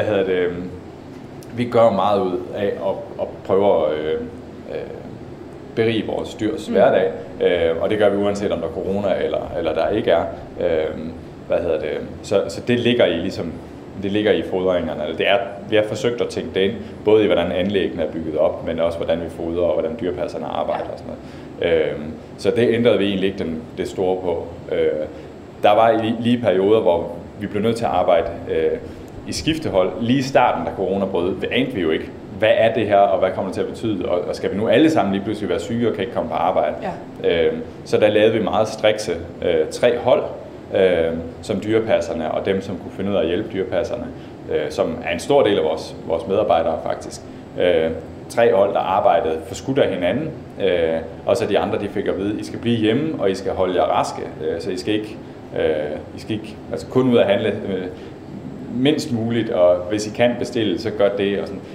Speaker 2: vi gør meget ud af at prøve at berige vores dyrs hverdag, og det gør vi uanset om der er corona eller der ikke er. Så det ligger i ligesom, det ligger i fodringerne. Vi har forsøgt at tænke det ind, både i hvordan anlæggene er bygget op, men også hvordan vi fodrer og hvordan dyrpasserne arbejder og sådan noget. Så det ændrede vi egentlig ikke det store på. Der var lige perioder, hvor vi blev nødt til at arbejde i skiftehold. Lige i starten, da corona brød, anede vi jo ikke, hvad er det her, og hvad kommer det til at betyde, og skal vi nu alle sammen lige pludselig være syge og kan ikke komme på arbejde. Ja. Så der lavede vi meget strikse 3 hold, som dyrepasserne og dem, som kunne finde ud af at hjælpe dyrepasserne, som er en stor del af vores medarbejdere faktisk. 3 hold, der arbejdede forskudt af hinanden, og så de andre, de fik at vide, I skal blive hjemme, og I skal holde jer raske, så I skal ikke altså kun ud at handle mindst muligt, og hvis I kan bestille, så gør det, og sådan.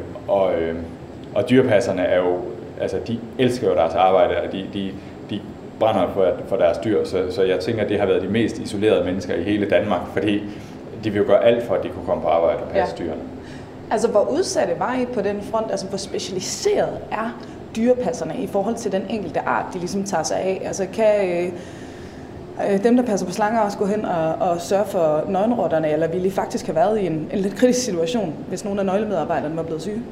Speaker 2: Og dyrepasserne er jo, altså de elsker jo deres arbejde, og brænder for deres dyr, så jeg tænker, at det har været de mest isolerede mennesker i hele Danmark, fordi de vil jo gøre alt for, at de kunne komme på arbejde og passe dyrene.
Speaker 3: Altså, hvor udsatte var I på den front? Altså, hvor specialiseret er dyrepasserne i forhold til den enkelte art, de ligesom tager sig af? Altså, kan dem, der passer på slanger, også gå hen og sørge for nøgenrotterne, eller ville I faktisk have været i en lidt kritisk situation, hvis nogle af nøglemedarbejderne var blevet syge?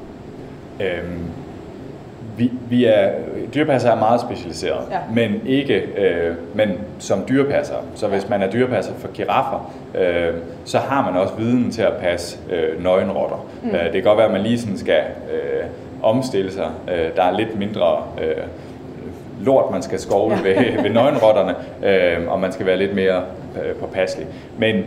Speaker 2: Dyrepasser er meget specialiseret, men som dyrepasser. Så hvis man er dyrepasser for giraffer, så har man også viden til at passe nøgenrotter. Det kan godt være, at man lige sådan skal omstille sig. Der er lidt mindre lort, man skal skovle ved nøgenrotterne, og man skal være lidt mere påpasselig. Men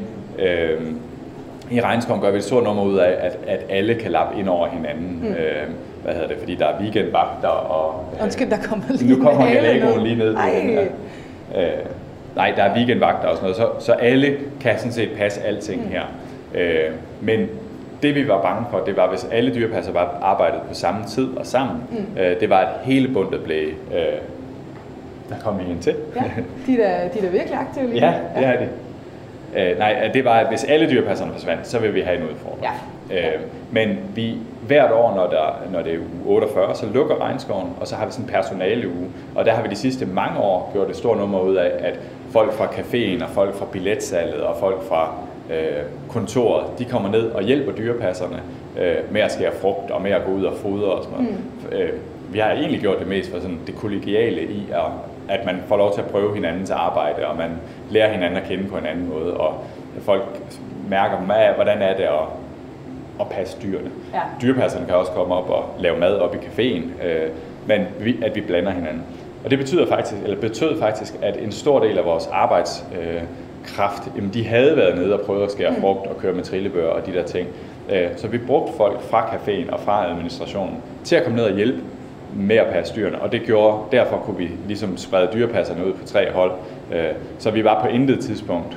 Speaker 2: i regnskoven gør vi et stort nummer ud af, at alle kan lappe ind over hinanden. Fordi der er weekendvagter og...
Speaker 3: Undskyld, der kommer lige
Speaker 2: nu kommer Legoen lige ned. Nej, der er weekendvagter og sådan noget, så alle kan sådan set passe alting her. Men det vi var bange for, det var, hvis alle dyrepasser var arbejdet på samme tid og sammen, det var, at hele bundet blev... Der kom I en til.
Speaker 3: Ja, de er da virkelig aktive lige.
Speaker 2: Ja, det er de. Det var, at hvis alle dyrepasserne forsvandt, så vil vi have en udfordring. Ja. Men vi hvert år, når det er uge 48, så lukker regnskoven, og så har vi sådan en personaleuge. Og der har vi de sidste mange år gjort et stort nummer ud af, at folk fra caféen, og folk fra billetsalget, og folk fra kontoret, de kommer ned og hjælper dyrepasserne med at skære frugt, og med at gå ud og fodre og sådan noget. Vi har egentlig gjort det mest for sådan det kollegiale i, at man får lov til at prøve hinandens arbejde, og man lærer hinanden at kende på en anden måde, og folk mærker, hvordan er det at passe dyrene. Ja. Dyrepasserne kan også komme op og lave mad op i caféen, men at vi blander hinanden. Og det betød faktisk, at en stor del af vores arbejdskraft, de havde været nede og prøvet at skære frugt og køre med trillebør og de der ting. Så vi brugte folk fra caféen og fra administrationen til at komme ned og hjælpe med at passe dyrene, og det gjorde, derfor kunne vi ligesom sprede dyrepasserne ud på 3 hold, så vi var på intet tidspunkt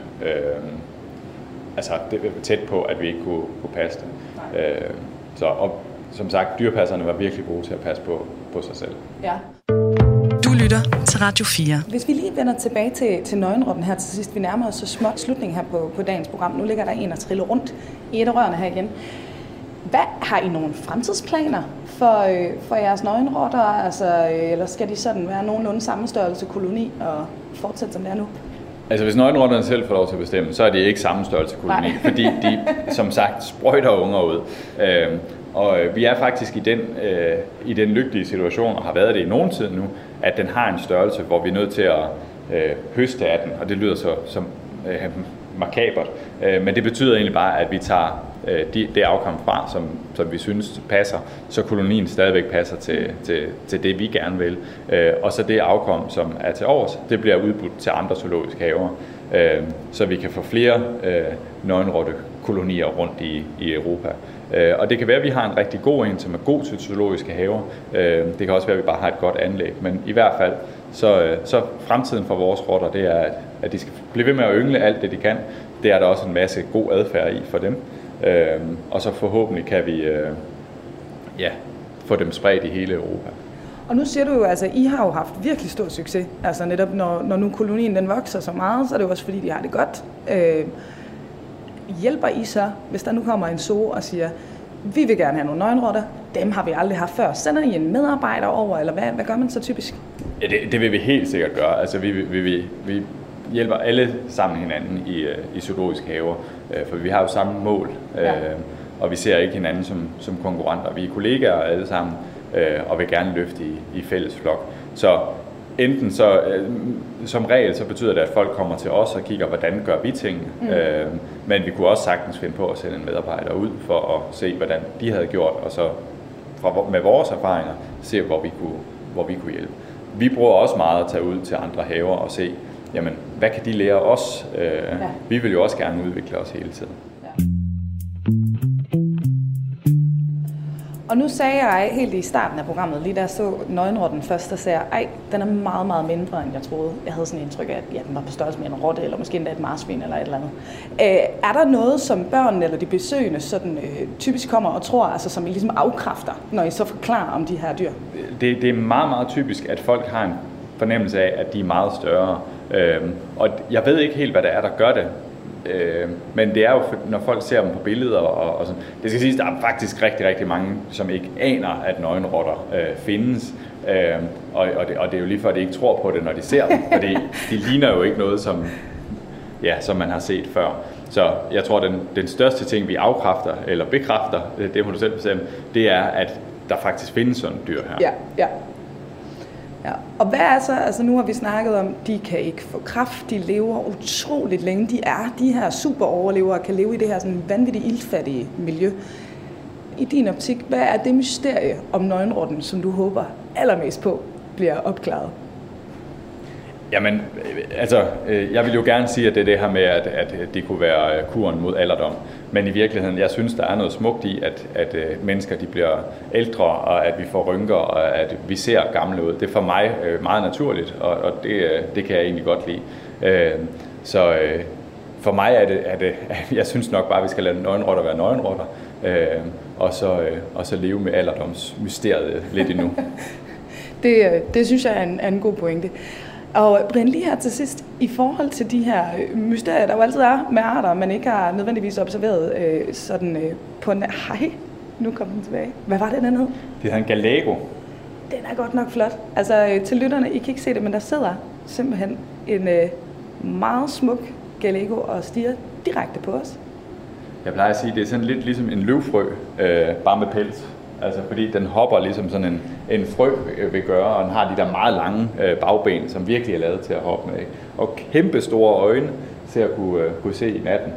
Speaker 2: det var tæt på, at vi ikke kunne passe det. Og som sagt, dyrepasserne var virkelig gode til at passe på sig selv. Ja.
Speaker 1: Du lytter til Radio 4.
Speaker 3: Hvis vi lige vender tilbage til nøgenrotten her til sidst, vi nærmer os så småt slutningen her på dagens program. Nu ligger der en og triller rundt i et af rørene her igen. Har I nogle fremtidsplaner for jeres nøgenrotter? Altså, eller skal de sådan være nogenlunde samme størrelse koloni og fortsætte som det er nu?
Speaker 2: Altså hvis nøgenrotterne selv får lov til at bestemme, så er det ikke samme størrelse koloni, fordi de som sagt sprøjter unger ud. Og vi er faktisk i den lykkelige situation, og har været det i nogen tid nu, at den har en størrelse, hvor vi er nødt til at høste af den, og det lyder så som makabert. Men det betyder egentlig bare, at vi tager det afkom fra, som vi synes passer, så kolonien stadigvæk passer til det, vi gerne vil. Og så det afkom, som er til overs, det bliver udbudt til andre zoologiske haver, så vi kan få flere nøgenrottekolonier rundt i Europa. Og det kan være, at vi har en rigtig god en, som er god til zoologiske haver. Det kan også være, at vi bare har et godt anlæg. Men i hvert fald, så fremtiden for vores rotter, det er, at de skal blive ved med at yngle alt det, de kan. Det er der også en masse god adfærd i for dem. Og så forhåbentlig kan vi få dem spredt i hele Europa.
Speaker 3: Og nu siger du jo, altså, I har jo haft virkelig stor succes. Altså netop når nu kolonien den vokser så meget, så er det jo også fordi, de har det godt. Hjælper I så, hvis der nu kommer en zoo og siger, vi vil gerne have nogle nøgenrotter, dem har vi aldrig haft før. Sender I en medarbejder over, eller hvad gør man så typisk?
Speaker 2: Ja, det vil vi helt sikkert gøre. Altså vi hjælper alle sammen hinanden i zoologiske haver, for vi har jo samme mål, og vi ser ikke hinanden som konkurrenter. Vi er kollegaer alle sammen, og vil gerne løfte i fælles flok. Så enten så, som regel, så betyder det, at folk kommer til os og kigger, hvordan gør vi tingene. Men vi kunne også sagtens finde på at sende en medarbejder ud for at se, hvordan de havde gjort, og så med vores erfaringer se, hvor vi kunne hjælpe. Vi bruger også meget at tage ud til andre haver og se, jamen, hvad kan de lære os? Vi vil jo også gerne udvikle os hele tiden.
Speaker 3: Og nu sagde jeg helt i starten af programmet, lige da jeg så nøgenrotten først, der sagde jeg, den er meget, meget mindre, end jeg troede. Jeg havde sådan et indtryk af, at den var på størrelse med en rotte, eller måske endda et marsvin, eller et eller andet. Er der noget, som børn eller de besøgende sådan, typisk kommer og tror, altså, som I ligesom afkræfter, når I så forklarer om de her dyr?
Speaker 2: Det er meget, meget typisk, at folk har fornemmelse af, at de er meget større. Og jeg ved ikke helt, hvad det er, der gør det. Men det er jo, når folk ser dem på billeder og sådan. Det skal siges, der er faktisk rigtig, rigtig mange, som ikke aner, at nøgenrotter findes. Og det er jo lige for, at de ikke tror på det, når de ser dem. Fordi de ligner jo ikke noget, som man har set før. Så jeg tror, den største ting, vi afkræfter eller bekræfter, det må du selv bestemme, det er, at der faktisk findes sådan dyr her.
Speaker 3: Ja. Og hvad er så, altså nu har vi snakket om, de kan ikke få kræft, de lever utroligt længe, de her superoverlevere, kan leve i det her sådan vanvittigt iltfattige miljø. I din optik, hvad er det mysterie om nøgenrotten, som du håber allermest på bliver opklaret?
Speaker 2: Jamen, altså, jeg vil jo gerne sige, at det er det her med, at det kunne være kuren mod alderdom. Men i virkeligheden, jeg synes, der er noget smukt i, at mennesker de bliver ældre, og at vi får rynker, og at vi ser gamle ud. Det er for mig meget naturligt, og det kan jeg egentlig godt lide. Så for mig er det, jeg synes nok bare, at vi skal lade nøgenrotter være nøgenrotter, og så leve med alderdomsmysteriet lidt endnu.
Speaker 3: Det synes jeg er en god pointe. Og Brian, lige her til sidst, i forhold til de her mysterier, der jo altid er med arter, man ikke har nødvendigvis observeret på hej, nu kom den tilbage. Hvad var det, den hed? Det
Speaker 2: hedder en gallego.
Speaker 3: Den er godt nok flot. Altså til lytterne, I kan ikke se det, men der sidder simpelthen en meget smuk gallego og stiger direkte på os.
Speaker 2: Jeg plejer at sige, at det er sådan lidt ligesom en løvfrø, bare med pels. Altså fordi den hopper ligesom sådan en frø vil gøre, og den har de der meget lange bagben, som virkelig er lavet til at hoppe med. Og kæmpe store øjne til at kunne se i natten.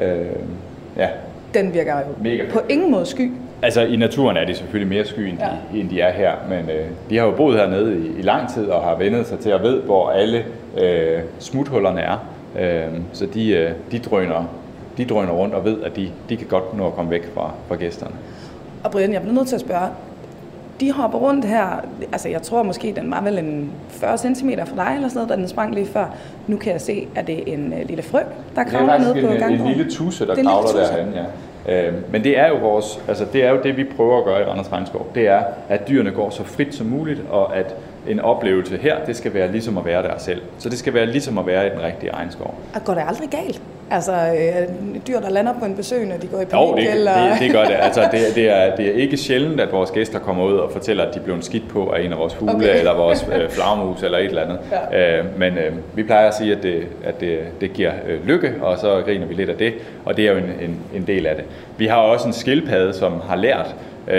Speaker 3: Den virker jo mega på ingen måde sky.
Speaker 2: Altså i naturen er de selvfølgelig mere sky, end de er her, men de har jo boet hernede i lang tid og har vendet sig til at ved, hvor alle smuthullerne er. Så de drøner rundt og ved, at de kan godt nå at komme væk fra gæsterne.
Speaker 3: Og Brian, jeg bliver nødt til at spørge, de hopper rundt her, altså jeg tror måske, den var vel en 40 cm fra dig eller sådan noget, da den sprang lige før. Nu kan jeg se, at det er en lille frø, der kravler ned på gangen.
Speaker 2: Det er en lille tusse, der kravler derhen, ja. Men det er jo det er jo det, vi prøver at gøre i Randers Regnskov. Det er, at dyrene går så frit som muligt, og at en oplevelse her, det skal være ligesom at være der selv. Så det skal være ligesom at være i den rigtige regnskov.
Speaker 3: Og går det aldrig galt? Altså dyr, der lander på en besøg, når de går i panik?
Speaker 2: Det gør det. Altså, det er ikke sjældent, at vores gæster kommer ud og fortæller, at de blev skidt på af en af vores fugle, eller vores flagermus, eller et eller andet. Ja. Men vi plejer at sige, at det giver lykke, og så griner vi lidt af det, og det er jo en del af det. Vi har også en skildpadde, som har lært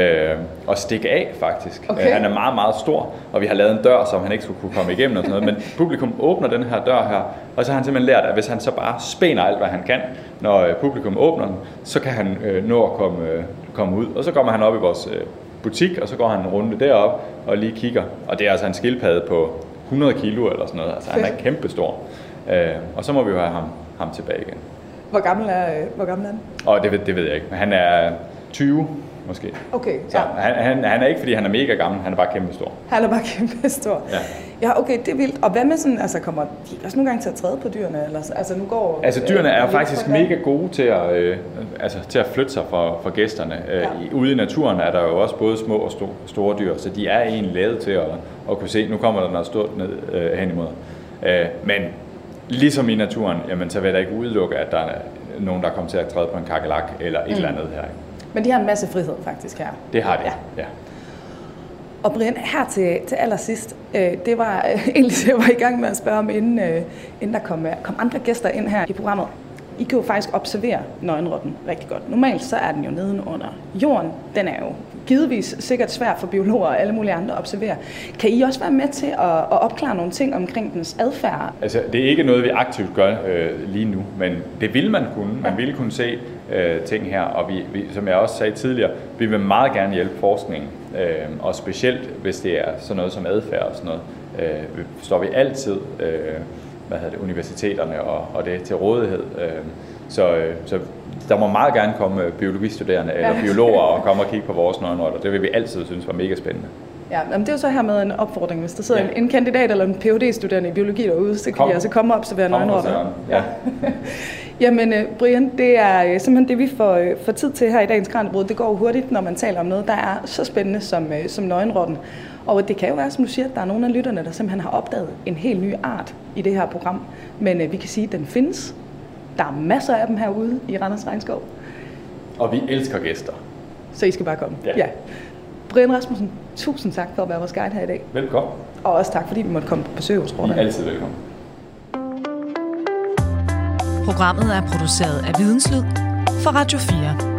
Speaker 2: at stikke af, faktisk. Okay. Han er meget, meget stor, og vi har lavet en dør, som han ikke skulle kunne komme igennem og sådan noget. Men publikum åbner den her dør her, og så har han simpelthen lært, at hvis han så bare spænder alt, hvad han kan, når publikum åbner den, så kan han nå at komme ud. Og så kommer han op i vores butik, og så går han en runde derop og lige kigger. Og det er altså en skildpadde på 100 kilo eller sådan noget. Altså han er kæmpestor. Og så må vi jo have ham tilbage igen.
Speaker 3: Hvor gammel er han?
Speaker 2: Og det ved jeg ikke. Han er 20 måske.
Speaker 3: Okay,
Speaker 2: så han er ikke, fordi han er mega gammel, han er bare kæmpestor.
Speaker 3: Han er bare kæmpestor. Ja, okay, det er vildt. Og hvad med sådan, altså kommer de også nogle gange til at træde på dyrene? Eller, altså nu går...
Speaker 2: Altså dyrene er faktisk mega gode til at flytte sig fra gæsterne. Ude i naturen er der jo også både små og store dyr, så de er egentlig lavet til at kunne se, nu kommer der noget stort ned hen imod. Men ligesom i naturen, jamen, så vil der ikke udelukke, at der er nogen, der kommer til at træde på en kakelak eller et eller andet her.
Speaker 3: Men de har en masse frihed faktisk her.
Speaker 2: Det har de, ja.
Speaker 3: Og Brian, her til allersidst, det var egentlig det, jeg var i gang med at spørge om, inden der kom andre gæster ind her i programmet. I kan jo faktisk observere nøgenrotten rigtig godt. Normalt så er den jo neden under jorden. Den er jo givetvis sikkert svær for biologer og alle mulige andre at observere. Kan I også være med til at opklare nogle ting omkring dens adfærd?
Speaker 2: Altså, det er ikke noget, vi aktivt gør lige nu, men det vil man kunne. Man ville kunne se ting her, og vi, som jeg også sagde tidligere, vi vil meget gerne hjælpe forskningen, og specielt hvis det er sådan noget som adfærd og sådan noget, står vi altid universiteterne og det til rådighed. Så der må meget gerne komme biologistuderende eller biologer og komme og kigge på vores nøgenrotter. Det vil vi altid synes var mega spændende.
Speaker 3: Ja, men det er jo så her med en opfordring. Hvis der sidder en kandidat eller en Ph.D.-studerende i biologi derude, så kan de altså komme og observere nøgenrotter.
Speaker 2: Ja.
Speaker 3: Jamen, Brian, det er simpelthen det, vi får tid til her i dagens Kraniebrud. Det går hurtigt, når man taler om noget, der er så spændende som nøgenrotten. Og det kan jo være, som du siger, at der er nogle af lytterne, der simpelthen har opdaget en helt ny art i det her program. Men vi kan sige, at den findes. Der er masser af dem herude i Randers Regnskov.
Speaker 2: Og vi elsker gæster.
Speaker 3: Så I skal bare komme.
Speaker 2: Ja.
Speaker 3: Brian Rasmussen, tusind tak for at være vores guide her i dag.
Speaker 2: Velkommen.
Speaker 3: Og også tak, fordi vi måtte komme på besøg hos Rotter.
Speaker 2: I er altid velkommen.
Speaker 1: Programmet er produceret af Videnslyd for Radio 4.